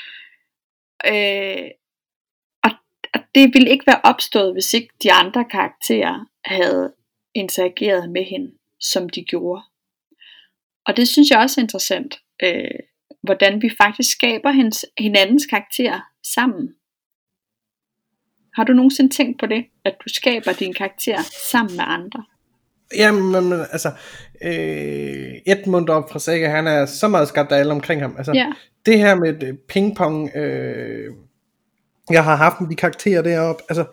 det ville ikke være opstået, hvis ikke de andre karakterer havde interageret med hende, som de gjorde. Og det synes jeg også er interessant, hvordan vi faktisk skaber hinandens karakterer sammen. Har du nogensinde tænkt på det, at du skaber din karakter sammen med andre? Jamen, altså, Edmund op fra Saga, han er så meget skabt af alle omkring ham. Altså, ja. Det her med pingpong, jeg har haft med de karakterer deroppe, altså,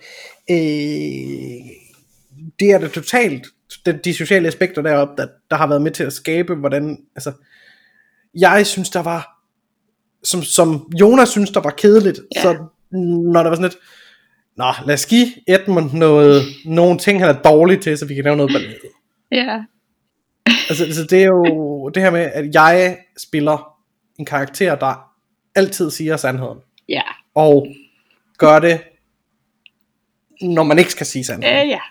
det er det totalt, de sociale aspekter deroppe, der har været med til at skabe, hvordan, altså, jeg synes, der var, som Jonas synes, der var kedeligt, så når der var sådan lidt, nå, lad os give Edmund nogle ting, han er dårlig til, så vi kan lave noget ballade. Ja. Altså det er jo det her med, at jeg spiller en karakter, der altid siger sandheden. Ja. Og gør det, når man ikke skal sige sandheden. Ja.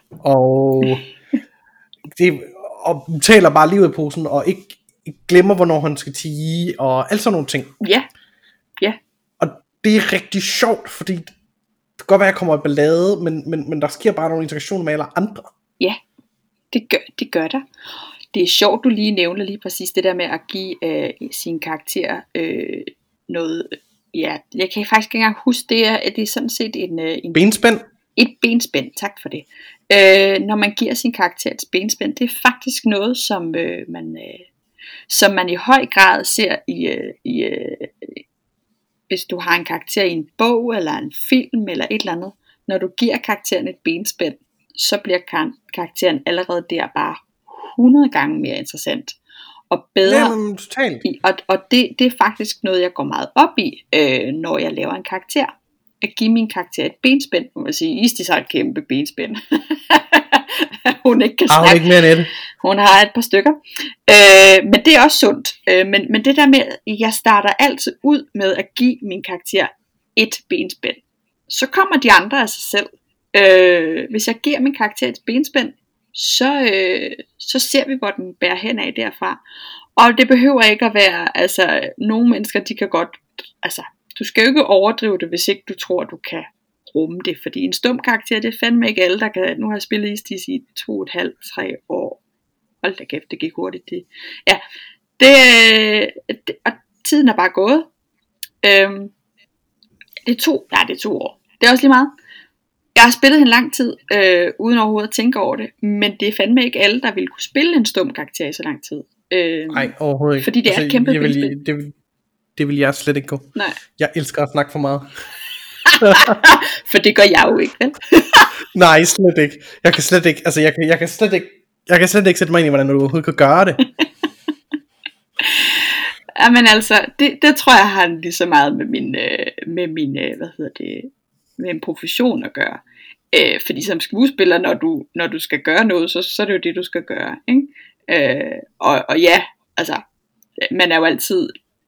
Og taler bare livet i posen, og ikke glemmer, hvornår han skal tie, og alt sådan nogle ting. Ja. Ja. Og det er rigtig sjovt, fordi det kan godt være, at jeg kommer i ballade, men der sker bare nogle interaktioner med alle andre. Ja, det gør der. Det er sjovt, du lige nævner lige præcis det der med at give sin karakter noget. Ja, jeg kan faktisk ikke engang huske det. Det er sådan set en benspænd. Et benspænd, tak for det. Når man giver sin karakter et benspænd, det er faktisk noget, som man i høj grad ser i hvis du har en karakter i en bog eller en film eller et eller andet. Når du giver karakteren et benspænd, så bliver karakteren allerede der bare 100 gange mere interessant og bedre. Og det er faktisk noget, jeg går meget op i, når jeg laver en karakter. At give min karakter et benspænd. Nu må jeg sige, Isti har et kæmpe benspænd. Hun ikke kan snakke. Ikke mere end det. Hun har et par stykker. Men det er også sundt. Men det der med, jeg starter altid ud med at give min karakter et benspænd. Så kommer de andre af sig selv. Hvis jeg giver min karakter et benspænd, så ser vi, hvor den bærer hen af derfra. Og det behøver ikke at være, altså, nogle mennesker, de kan godt, altså, du skal jo ikke overdrive det, hvis ikke du tror, du kan rumme det. Fordi en stum karakter, det er fandme ikke alle, der kan. Nu har jeg spillet Istis i 2,5-3 år. Hold da kæft, det gik hurtigt. Og tiden er bare gået. Det er 2 år. Det er også lige meget. Jeg har spillet en lang tid, uden overhovedet at tænke over det. Men det er fandme ikke alle, der ville kunne spille en stum karakter i så lang tid. Nej, overhovedet ikke. Fordi det er et kæmpe det vil jeg slet ikke gå. Nej. Jeg elsker at snakke for meget. For det gør jeg jo ikke, vel? Nej, slet ikke. Jeg kan slet ikke, altså jeg kan slet ikke sætte mig ind i, hvordan du overhovedet kan gøre det. Jamen altså, det tror jeg har lige så meget med min med en profession at gøre. Fordi som skuespiller, når du skal gøre noget, så er det jo det, du skal gøre, ikke? Og ja, altså, man er jo altid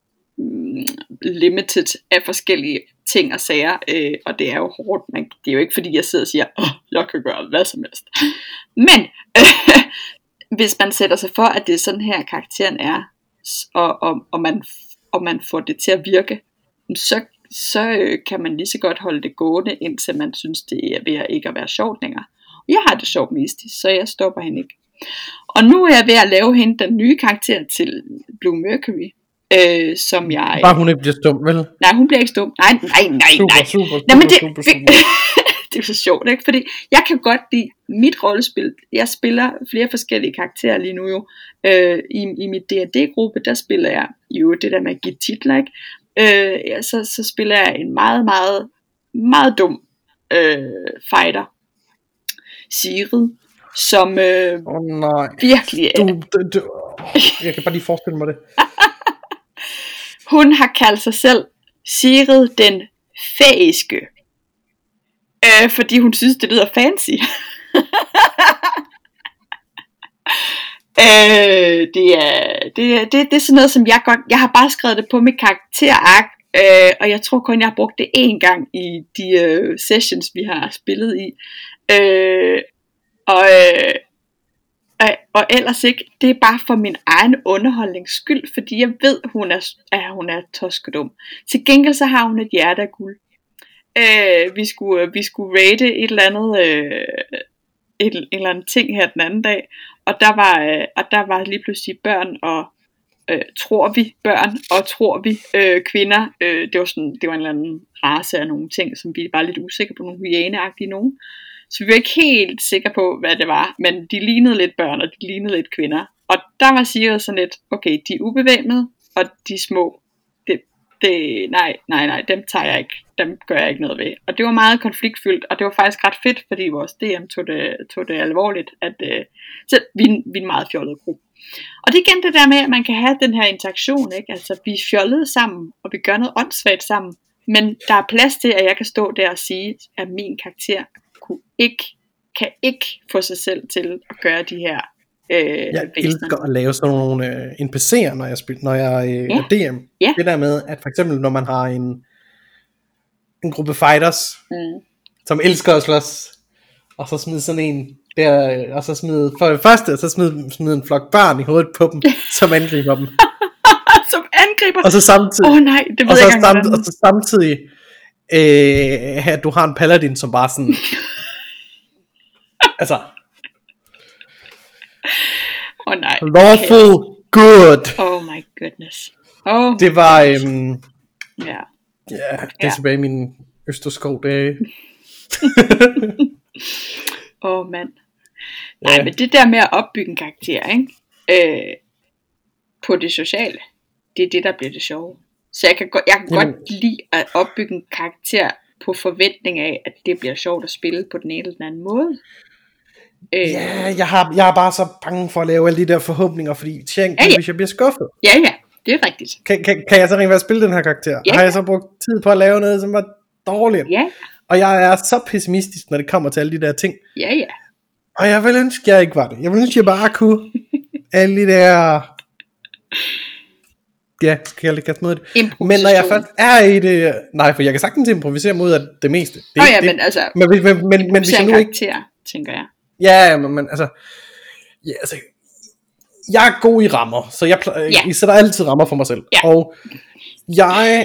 limited af forskellige ting og sager, og det er jo hårdt, men det er jo ikke fordi jeg sidder og siger, jeg kan gøre hvad som helst. Men hvis man sætter sig for, at det er sådan her karakteren er, og man får det til at virke, så kan man lige så godt holde det gående, indtil man synes det er ved at ikke at være sjovt længere. Jeg har det sjovt med Isti, så jeg stopper hende ikke. Og nu er jeg ved at lave hende den nye karakter til Blue Mercury, som jeg... Bare hun ikke bliver stum, vel? Nej, hun bliver ikke stum. Nej. Super. Det er så sjovt, ikke? Fordi jeg kan godt lide mit rollespil. Jeg spiller flere forskellige karakterer lige nu jo. I mit D&D-gruppe, der spiller jeg jo det der med at give titler, ikke? Så spiller jeg en meget, meget, meget dum fighter. Sigrid, som virkelig jeg kan bare lige forestille mig det. Hun har kaldt sig selv Sigrid den fæiske, fordi hun synes det lyder fancy. Det er sådan noget som jeg har bare skrevet det på mit karakterark, og jeg tror kun jeg har brugt det 1 gang i de sessions vi har spillet i, Og ellers ikke, det er bare for min egen underholdnings skyld, fordi jeg ved, at hun er toskedum. Til gengæld så har hun et hjerte af guld. Vi skulle rate et eller andet, en eller anden ting her den anden dag, og der var lige pludselig børn og tror vi kvinder. Det var en eller anden race af nogle ting, som vi var lidt usikre på, nogle hyæneagtige nogen. Så vi var ikke helt sikre på, hvad det var, men de lignede lidt børn, og de lignede lidt kvinder. Og der var Sigrid sådan lidt, okay, de er ubevæbnede, og de små, nej, dem tager jeg ikke, dem gør jeg ikke noget ved. Og det var meget konfliktfyldt, og det var faktisk ret fedt, fordi vores DM tog det alvorligt, at så vi er en meget fjollet gruppe. Og det er igen det der med, at man kan have den her interaktion, ikke? Altså vi er fjollede sammen, og vi gør noget åndssvagt sammen, men der er plads til, at jeg kan stå der og sige, at min karakter kan ikke få sig selv til at gøre de her jeg elsker at lave sådan nogle NPC'er, når jeg er DM. Yeah. Det der med, at for eksempel når man har en gruppe fighters, som elsker at slås, og så smide sådan en der, og så smide for det første, så smide en flok børn i hovedet på dem, som angriber dem. Som angriber? Og så samtidig, nej, det ved jeg ikke og så samtidig at du har en paladin, som bare sådan altså nej. Lawful good. Oh my goodness. Det var det er tilbage i min Østerskov dage. Mand. Nej, men det der med at opbygge en karakter, ikke? På det sociale, det er det der bliver det sjove. Så jeg kan godt lide at opbygge en karakter på forventning af, at det bliver sjovt at spille på den ene eller den anden måde. Jeg er bare så bange for at lave alle de der forhåbninger, fordi hvis jeg bliver skuffet. Ja, det er rigtigt. Kan jeg så rent være at spille den her karakter? Ja. Har jeg så brugt tid på at lave noget, som var dårligt? Ja. Og jeg er så pessimistisk, når det kommer til alle de der ting. Ja. Og jeg vil ønske, jeg ikke var det. Jeg vil ønske, jeg bare kunne alle de der... Ja, skal jeg lægge mod det. Men når jeg først er i det... Nej, for jeg kan sagtens improvisere mod det meste. Men altså... Men hvis jeg nu ikke... tænker jeg. Ja, men altså... Ja, altså... Jeg er god i rammer, så jeg sætter altid rammer for mig selv. Ja. Og jeg...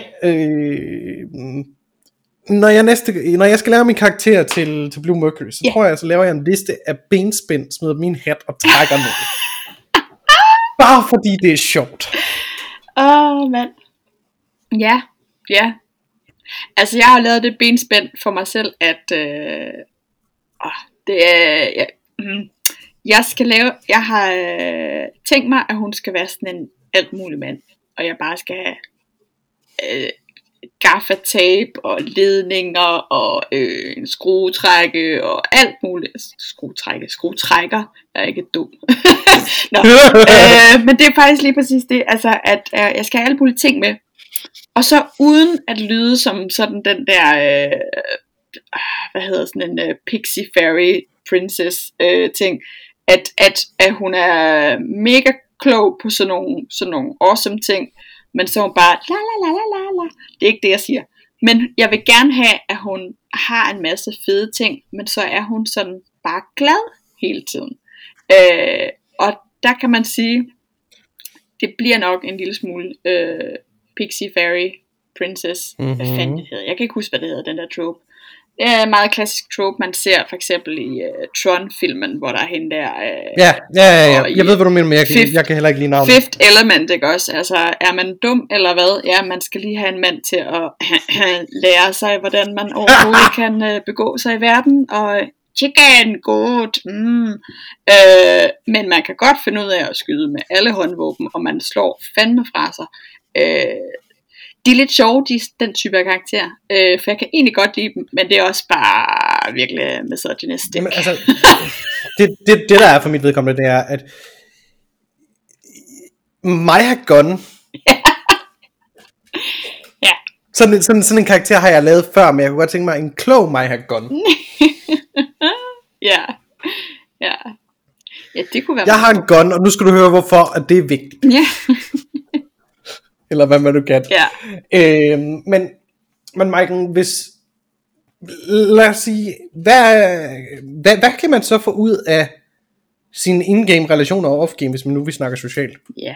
Når jeg skal lave min karakter til Blue Mercury, så tror jeg, så laver jeg en liste af benspænd, smider min hat og trækker ned. Bare fordi det er sjovt. Mand. Ja. Altså jeg har lavet det benspænd for mig selv, at det er... Jeg har tænkt mig, at hun skal være sådan en alt mulig mand, og jeg bare skal have gaffatape og ledninger og en skruetrække og alt muligt. Skruetrækker. Jeg er ikke dum. Men det er faktisk lige præcis det, altså at jeg skal have alle mulige ting med, og så uden at lyde som sådan den der hvad hedder sådan en pixie fairy princess ting, at hun er mega klog på sådan nogle awesome ting, men så er hun bare la. Det er ikke det jeg siger, men jeg vil gerne have, at hun har en masse fede ting, men så er hun sådan bare glad hele tiden, og der kan man sige, det bliver nok en lille smule pixie fairy princess. Hvad fanden det hedder, jeg kan ikke huske hvad det hedder, den der trope. Det er en meget klassisk trope, man ser for eksempel i Tron-filmen, hvor der er hende der... Ja. Jeg ved, hvad du mener, men jeg kan heller ikke lide navnet. Fifth Element, ikke også? Altså, er man dum eller hvad? Ja, man skal lige have en mand til at lære sig, hvordan man overhovedet kan begå sig i verden, og chicken, godt. Men man kan godt finde ud af at skyde med alle håndvåben, og man slår fandme fra sig. De er lidt sjove, den type af karakter, for jeg kan egentlig godt lide dem, men det er også bare virkelig misogynistic. Jamen, altså, det der er for mit vedkommende, det er, at Maya Gunn, ja. Sådan en karakter har jeg lavet før, men jeg kunne godt tænke mig en klog Maya Gunn. Ja, det kunne være. Jeg har en gun, og nu skal du høre, hvorfor at det er vigtigt. Ja. Eller hvad man nu kan. Ja. Men Michael, hvis... Lad os sige... Hvad kan man så få ud af sine in-game relationer og off-game, hvis man nu vil snakke socialt? Ja.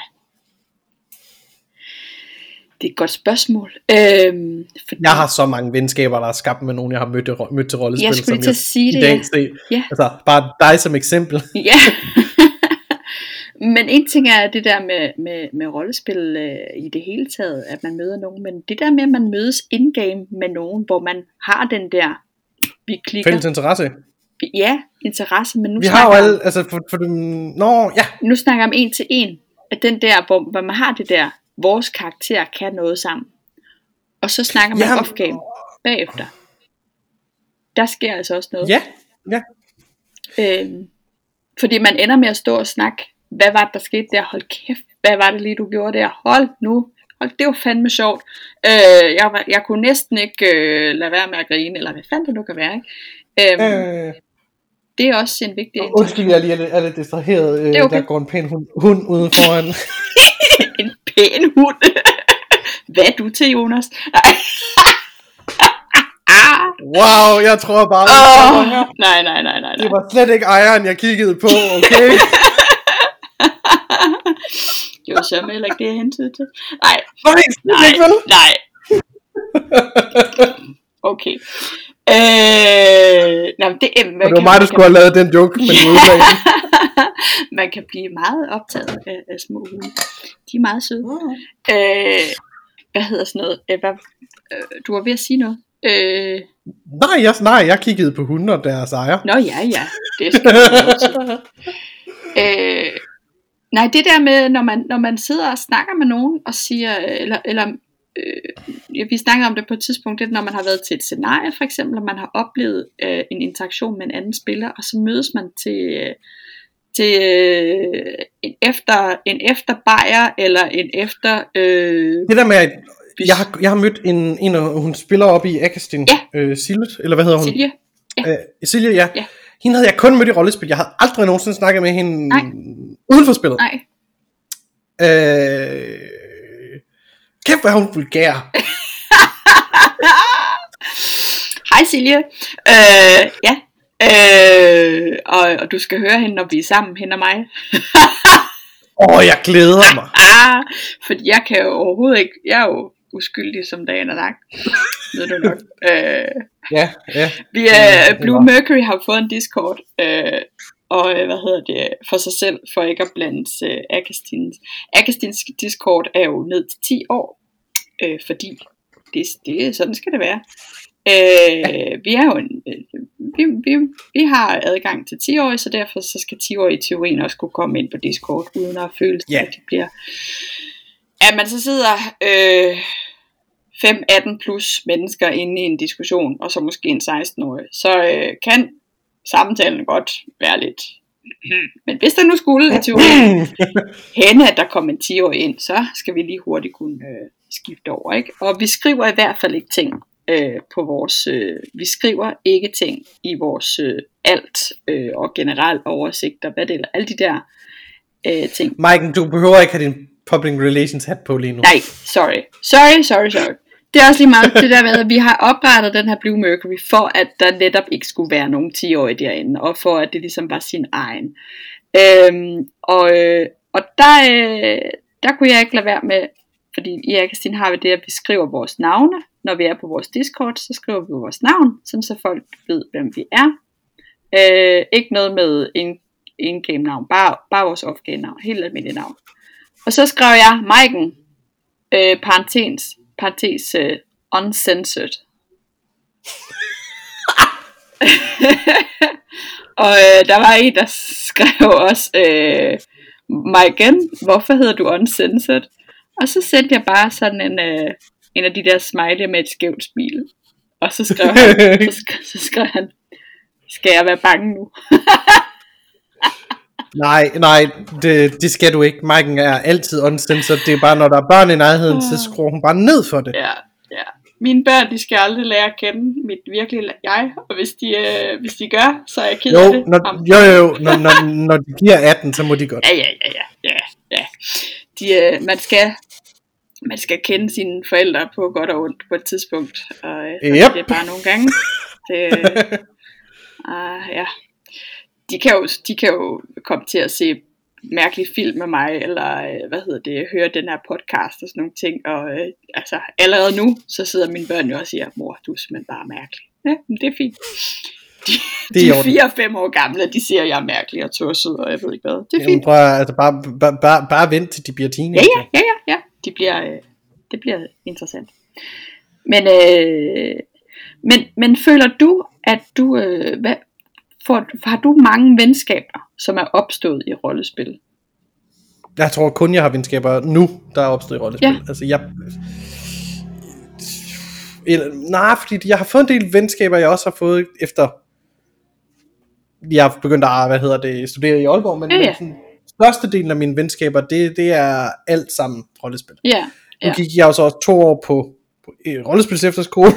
Det er et godt spørgsmål. Fordi... Jeg har så mange venskaber, der er skabt med nogen, jeg har mødt til rollespil. Jeg skulle lige til at sige det, i dag. Ja. Altså, bare dig som eksempel. Ja. Men en ting er det der med rollespil i det hele taget, at man møder nogen, men det der med, at man mødes in-game med nogen, hvor man har den der, vi klikker. Fælles interesse. Ja, interesse, men nu vi har jo alle, altså nu snakker jeg om en til en, at den der, hvor man har det der, vores karakter kan noget sammen, og så snakker man off-game bagefter. Der sker altså også noget. Ja. Fordi man ender med at stå og snakke, hvad var det, der skete der? Hold kæft, hvad var det lige, du gjorde der? Hold, det var fandme sjovt. Jeg kunne næsten ikke lade være med at grine, eller hvad fanden det nu kan være, ikke? Det er også en vigtig interesse. Undskyld, jeg lige er lidt distraheret. Okay. Der går en pæn hund ude foran. En pæn hund? Hvad er du til, Jonas? Wow, jeg tror bare Nej. Det var slet ikke ejeren, jeg kiggede på, okay? Det var så heller ikke det, jeg hentede til. Nej. Okay. Det var mig, der skulle have lavet den joke, men man kan blive meget optaget af små hunde. De er meget søde. Hvad hedder sådan noget? Du var ved at sige noget. Nej, jeg kiggede på hunde og deres ejer. Nå ja, det skal jeg nej, det der med, når man sidder og snakker med nogen og siger, vi snakker om det på et tidspunkt, det er, når man har været til et scenarie for eksempel, og man har oplevet en interaktion med en anden spiller, og så mødes man til en efter bajer eller en efter det der med at jeg har mødt en hun spiller op i Akastin, Silje, eller hvad hedder hun? Silje, ja. Hende havde jeg kun mødt i rollespil. Jeg havde aldrig nogensinde snakket med hende uden for spillet. Nej. Kæft, hvor er hun vulgær. Hej Silje. Og du skal høre hende, når vi er sammen, hende og mig. Jeg glæder mig. Fordi jeg kan jo overhovedet ikke, jeg er jo uskyldig som dagen er lang. Ved du nok. Ja. Vi Blue Mercury har fået en Discord, og for sig selv, for ikke at blande Akastins Discord er jo ned til 10 år, fordi det sådan skal det være. Vi er jo vi har adgang til 10-årige, så derfor så skal 10-årige i teorien også kunne komme ind på Discord, uden at føle, at de bliver, at man så sidder 5-18 plus mennesker inde i en diskussion, og så måske en 16-årig, så kan samtalen godt være lidt. Men hvis der nu skulle i teorien hende, at der kommer en 10-årig ind, så skal vi lige hurtigt kunne skifte over, ikke? Og vi skriver i hvert fald ikke ting på vores, vi skriver ikke ting i vores alt og generel oversigt og hvad det er, alle de der ting. Maiken, du behøver ikke have din public relations hat på lige nu. Nej, sorry. Det er også lige meget det der med, at vi har oprettet den her Blue Mercury, for at der netop ikke skulle være nogen 10-årige derinde, og for at det ligesom var sin egen. Og der kunne jeg ikke lade være med, fordi i Akastin har vi det, at vi skriver vores navne. Når vi er på vores Discord, så skriver vi vores navn, sådan så folk ved, hvem vi er. Ikke noget med in-game navn, bare vores off-game navn, helt almindelig navn. Og så skrev jeg Maiken, parentes uncensored. Og der var en, der skrev også, Maiken, hvorfor hedder du uncensored? Og så sendte jeg bare sådan en af de der smiley med et skævt smil. Og så skrev han, så skrev han, skal jeg være bange nu? Nej, det skal du ikke. Maiken er altid uncensored. Det er bare, når der er børn i nærheden, så skruer hun bare ned for det. Ja. Mine børn, de skal aldrig lære at kende mit virkelige jeg. Og hvis de gør, så er jeg ked af det. Når de bliver 18, så må de godt. Ja. Man skal kende sine forældre på godt og ondt på et tidspunkt. Og det er bare nogle gange. de kan jo komme til at se mærkelig film med mig, eller høre den her podcast og sådan nogle ting, og altså allerede nu, så sidder mine børn jo og siger, mor, du er simpelthen bare mærkelig. Ja, men det er fint. De er 4 og 5 år gamle, de siger, jeg er mærkelig og tosset, og jeg ved ikke hvad. Det er fint. Altså bare vent til de bliver teenager. Ja. Det bliver interessant. Men føler du, at du, har du mange venskaber, som er opstået i rollespil? Jeg tror kun, jeg har venskaber nu, der er opstået i rollespil. Ja. Altså fordi jeg har fået en del venskaber, jeg også har fået efter, jeg har begyndt at studere i Aalborg, men sådan, størstedelen af mine venskaber, det er alt sammen rollespil. Ja. Nu gik jeg også 2 år på rollespils efterskole.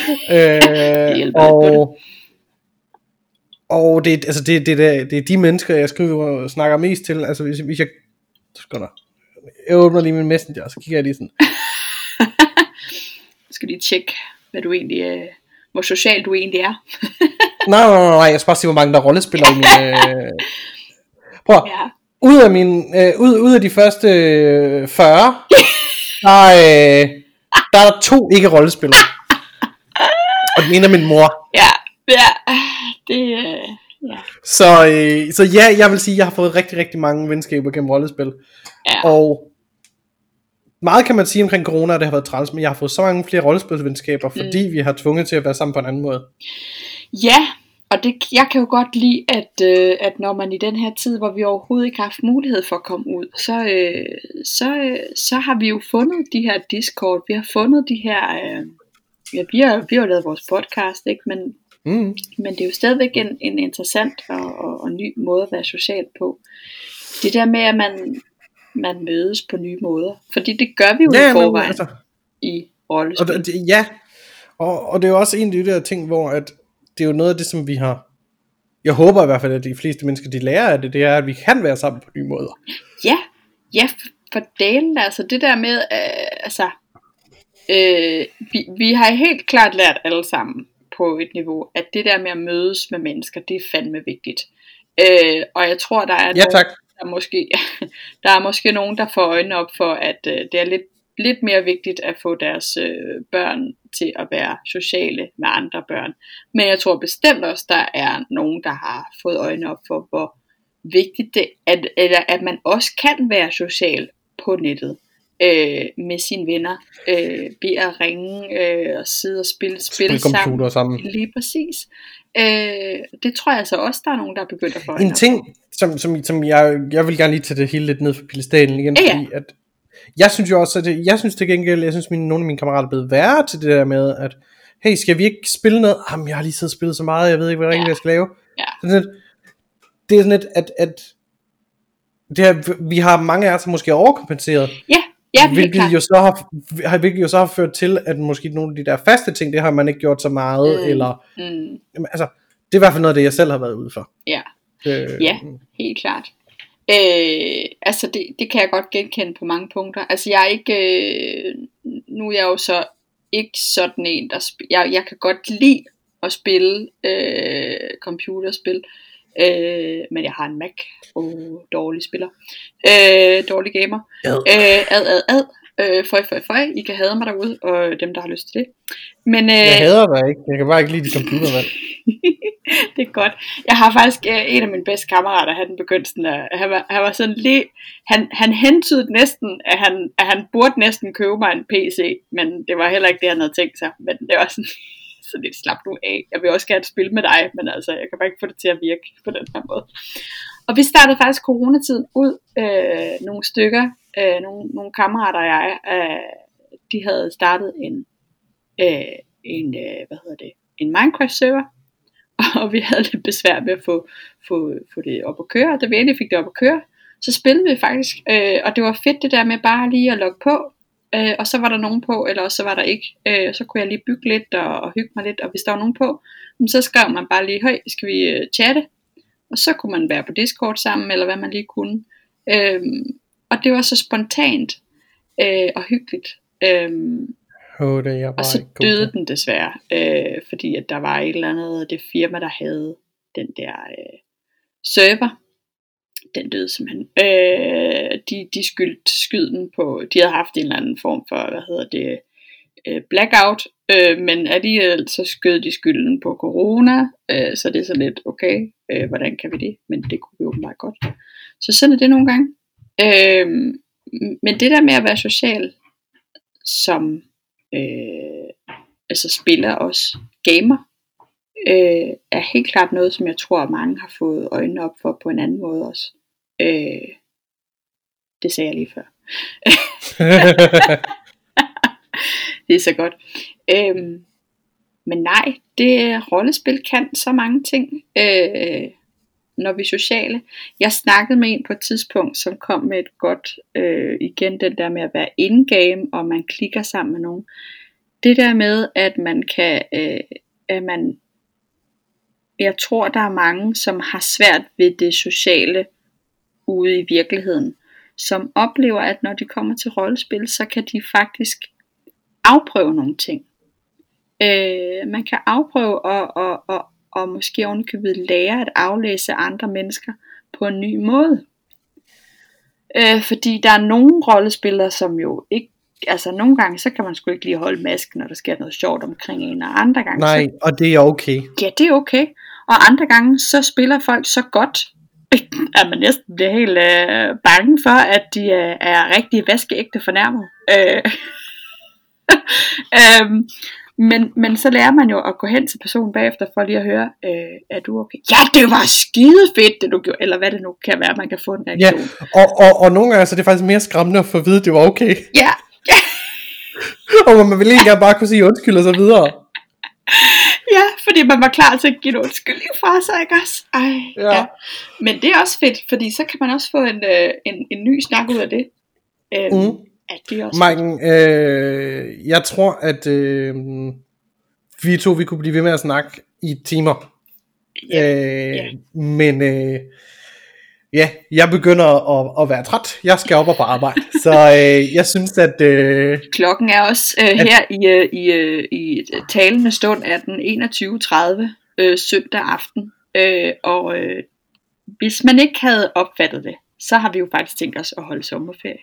Og det er de mennesker, jeg skriver og snakker mest til. Altså hvis jeg åbner lige min Messenger, så kigger jeg lige sådan. Jeg skal lige tjekke, hvad du egentlig, hvor social du egentlig er. nej, jeg skal bare se, hvor mange der rollespiller i mine. Prøv. Ja. Ud af de første 40, der er der 2 ikke rollespillere. Og den ene er min mor. Ja, det ja. Så ja, jeg vil sige, at jeg har fået rigtig, rigtig mange venskaber gennem rollespil. Ja. Og meget kan man sige omkring corona, det har været træls, men jeg har fået så mange flere rollespilsvenskaber, fordi vi har tvunget til at være sammen på en anden måde. Ja, og jeg kan jo godt lide, at når man i den her tid, hvor vi overhovedet ikke har haft mulighed for at komme ud, så har vi jo fundet de her Discord, vi har fundet de her, vi har jo lavet vores podcast, ikke? Men det er jo stadigvæk en interessant og ny måde at være social på. Det der med, at man mødes på nye måder, fordi det gør vi jo i forvejen i rollespil. Og det er jo også en af de der ting, hvor at det er jo noget af det, som vi har, jeg håber i hvert fald, at de fleste mennesker, de lærer af det, det er, at vi kan være sammen på nye måder. Ja, for delen, altså det der med, vi har helt klart lært alle sammen på et niveau, at det der med at mødes med mennesker, det er fandme vigtigt. Og jeg tror, der er der er måske nogen, der får øjnene op for, at det er lidt mere vigtigt at få deres børn til at være sociale med andre børn. Men jeg tror bestemt også, der er nogen, der har fået øjnene op for, hvor vigtigt det er, at man også kan være social på nettet med sine venner, ved at ringe og sidde og spille sammen. Lige præcis. Det tror jeg altså også, der er nogen, der er begyndt at få øjnene op. En ting, som jeg vil gerne lige tage det hele lidt ned for piedestalen igen, fordi at jeg synes jo også, at jeg synes nogle af mine kammerater er blevet værre til det der med, at hey, skal vi ikke spille noget? Jamen, jeg har lige siddet og spillet så meget, jeg ved ikke, hvad jeg skal lave. Ja. Det er sådan lidt, at det her, vi har mange af os måske overkompenseret. Ja, hvilket jo så har ført til, at måske nogle af de der faste ting, det har man ikke gjort så meget, eller jamen, altså, det er i hvert fald noget af det, jeg selv har været ude for. Ja, helt klart. Altså det kan jeg godt genkende på mange punkter. Altså jeg er ikke nu er jeg jo så ikke sådan en der jeg kan godt lide at spille computerspil, men jeg har en Mac og dårlig spiller, dårlig gamer. Føj, I kan hade mig derude, og dem der har lyst til det. Men jeg hader dig ikke, jeg kan bare ikke lide de computervalg. Det er godt. Jeg har faktisk en af mine bedste kammerater, han begyndte sådan han var sådan lige, han hentydede næsten, at han burde næsten købe mig en PC, men det var heller ikke det, han havde tænkt sig. Men det var sådan, så det slap nu af. Jeg vil også gerne spille med dig, men altså, jeg kan bare ikke få det til at virke på den her måde. Og vi startede faktisk coronatiden ud, nogle stykker, nogle kammerater og jeg, de havde startet en Minecraft server, og vi havde lidt besvær med at få det op at køre. Da vi endelig fik det op at køre, så spillede vi faktisk, og det var fedt det der med bare lige at logge på, og så var der nogen på, eller også så var der ikke, så kunne jeg lige bygge lidt og hygge mig lidt, og hvis der var nogen på, så skrev man bare lige, høj, skal vi chatte? Og så kunne man være på Discord sammen, eller hvad man lige kunne. Og det var så spontant og hyggeligt. Og så døde den desværre, fordi at der var et eller andet, det firma, der havde den der server. Den døde simpelthen. De skyldte skyden på, de havde haft en eller anden form for, blackout, men alligevel så skød de skylden på corona, så det er så lidt, okay, hvordan kan vi det? Men det kunne vi åbenbart godt. Så sådan er det nogle gange. Men det der med at være social, som spiller også gamer, er helt klart noget, som jeg tror, mange har fået øjnene op for på en anden måde også. Det sagde jeg lige før. Det er så godt. Men nej, det rollespil kan så mange ting, når vi er sociale. Jeg snakkede med en på et tidspunkt, som kom med et godt, igen den der med at være in-game, og man klikker sammen med nogen. Det der med, at man kan, jeg tror, der er mange, som har svært ved det sociale ude i virkeligheden, som oplever, at når de kommer til rollespil, så kan de faktisk afprøve nogle ting. Man kan afprøve og måske ovenikøbet lære at aflæse andre mennesker på en ny måde. Fordi der er nogle rollespillere, som jo ikke, altså nogle gange, så kan man sgu ikke lige holde masken, når der sker noget sjovt omkring en, og andre gange. Nej, og det er okay. Ja, det er okay. Og andre gange, så spiller folk så godt, at man næsten bliver helt bange for, at de er rigtig vaskeægte fornærmet. Men så lærer man jo at gå hen til personen bagefter, for lige at høre, er du okay? Ja, det var skide fedt, det du gjorde, eller hvad det nu kan være, man kan få en reaktion. Ja, og nogle gange så er det faktisk mere skræmmende at få at vide, at det var okay. Ja. Og man vil ikke engang bare kunne sige undskyld og så videre. Ja, fordi man var klar til at give en undskyldning fra sig, ikke også? Ja. Men det er også fedt, fordi så kan man også få en ny snak ud af det. Maiken, jeg tror at vi kunne blive ved med at snakke i timer. Men jeg begynder at være træt. Jeg skal op og på arbejde. Så jeg synes at klokken er også her i talende stund er den 21:30 søndag aften. Og hvis man ikke havde opfattet det, så har vi jo faktisk tænkt os at holde sommerferie.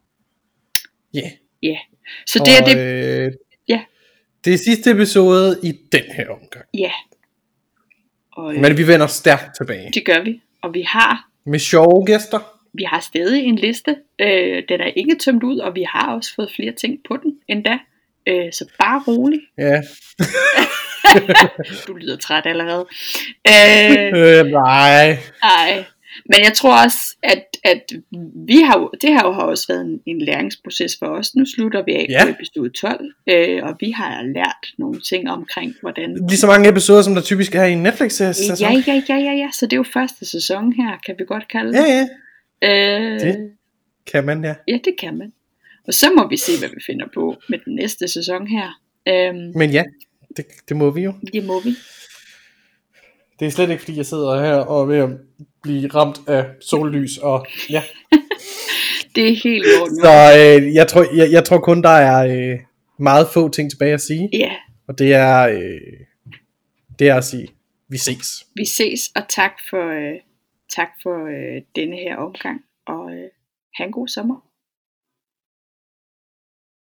Ja. Så det er det. Det er sidste episode i den her omgang. Ja. Men vi vender stærkt tilbage. Det gør vi. Og vi har med sjove gæster. Vi har stadig en liste. Den er ikke tømt ud, og vi har også fået flere ting på den endda. Så bare rolig. Ja. Du lyder træt allerede. Nej. Men jeg tror også, at det har jo også været en læringsproces for os. Nu slutter vi af på episode 12, og vi har lært nogle ting omkring, hvordan... Lige så mange episoder, som der typisk er i en Netflix-sæson. Ja, så det er jo første sæson her, kan vi godt kalde det. Ja. Det kan man, ja. Ja, det kan man. Og så må vi se, hvad vi finder på med den næste sæson her. Men ja, det må vi jo. Det må vi. Det er slet ikke, fordi jeg sidder her og er ved at blive ramt af sollys, og ja. Det er helt ordentligt. Så jeg tror kun, der er meget få ting tilbage at sige. Ja. Og det er at sige, vi ses. Vi ses, og tak for denne her omgang, og have en god sommer.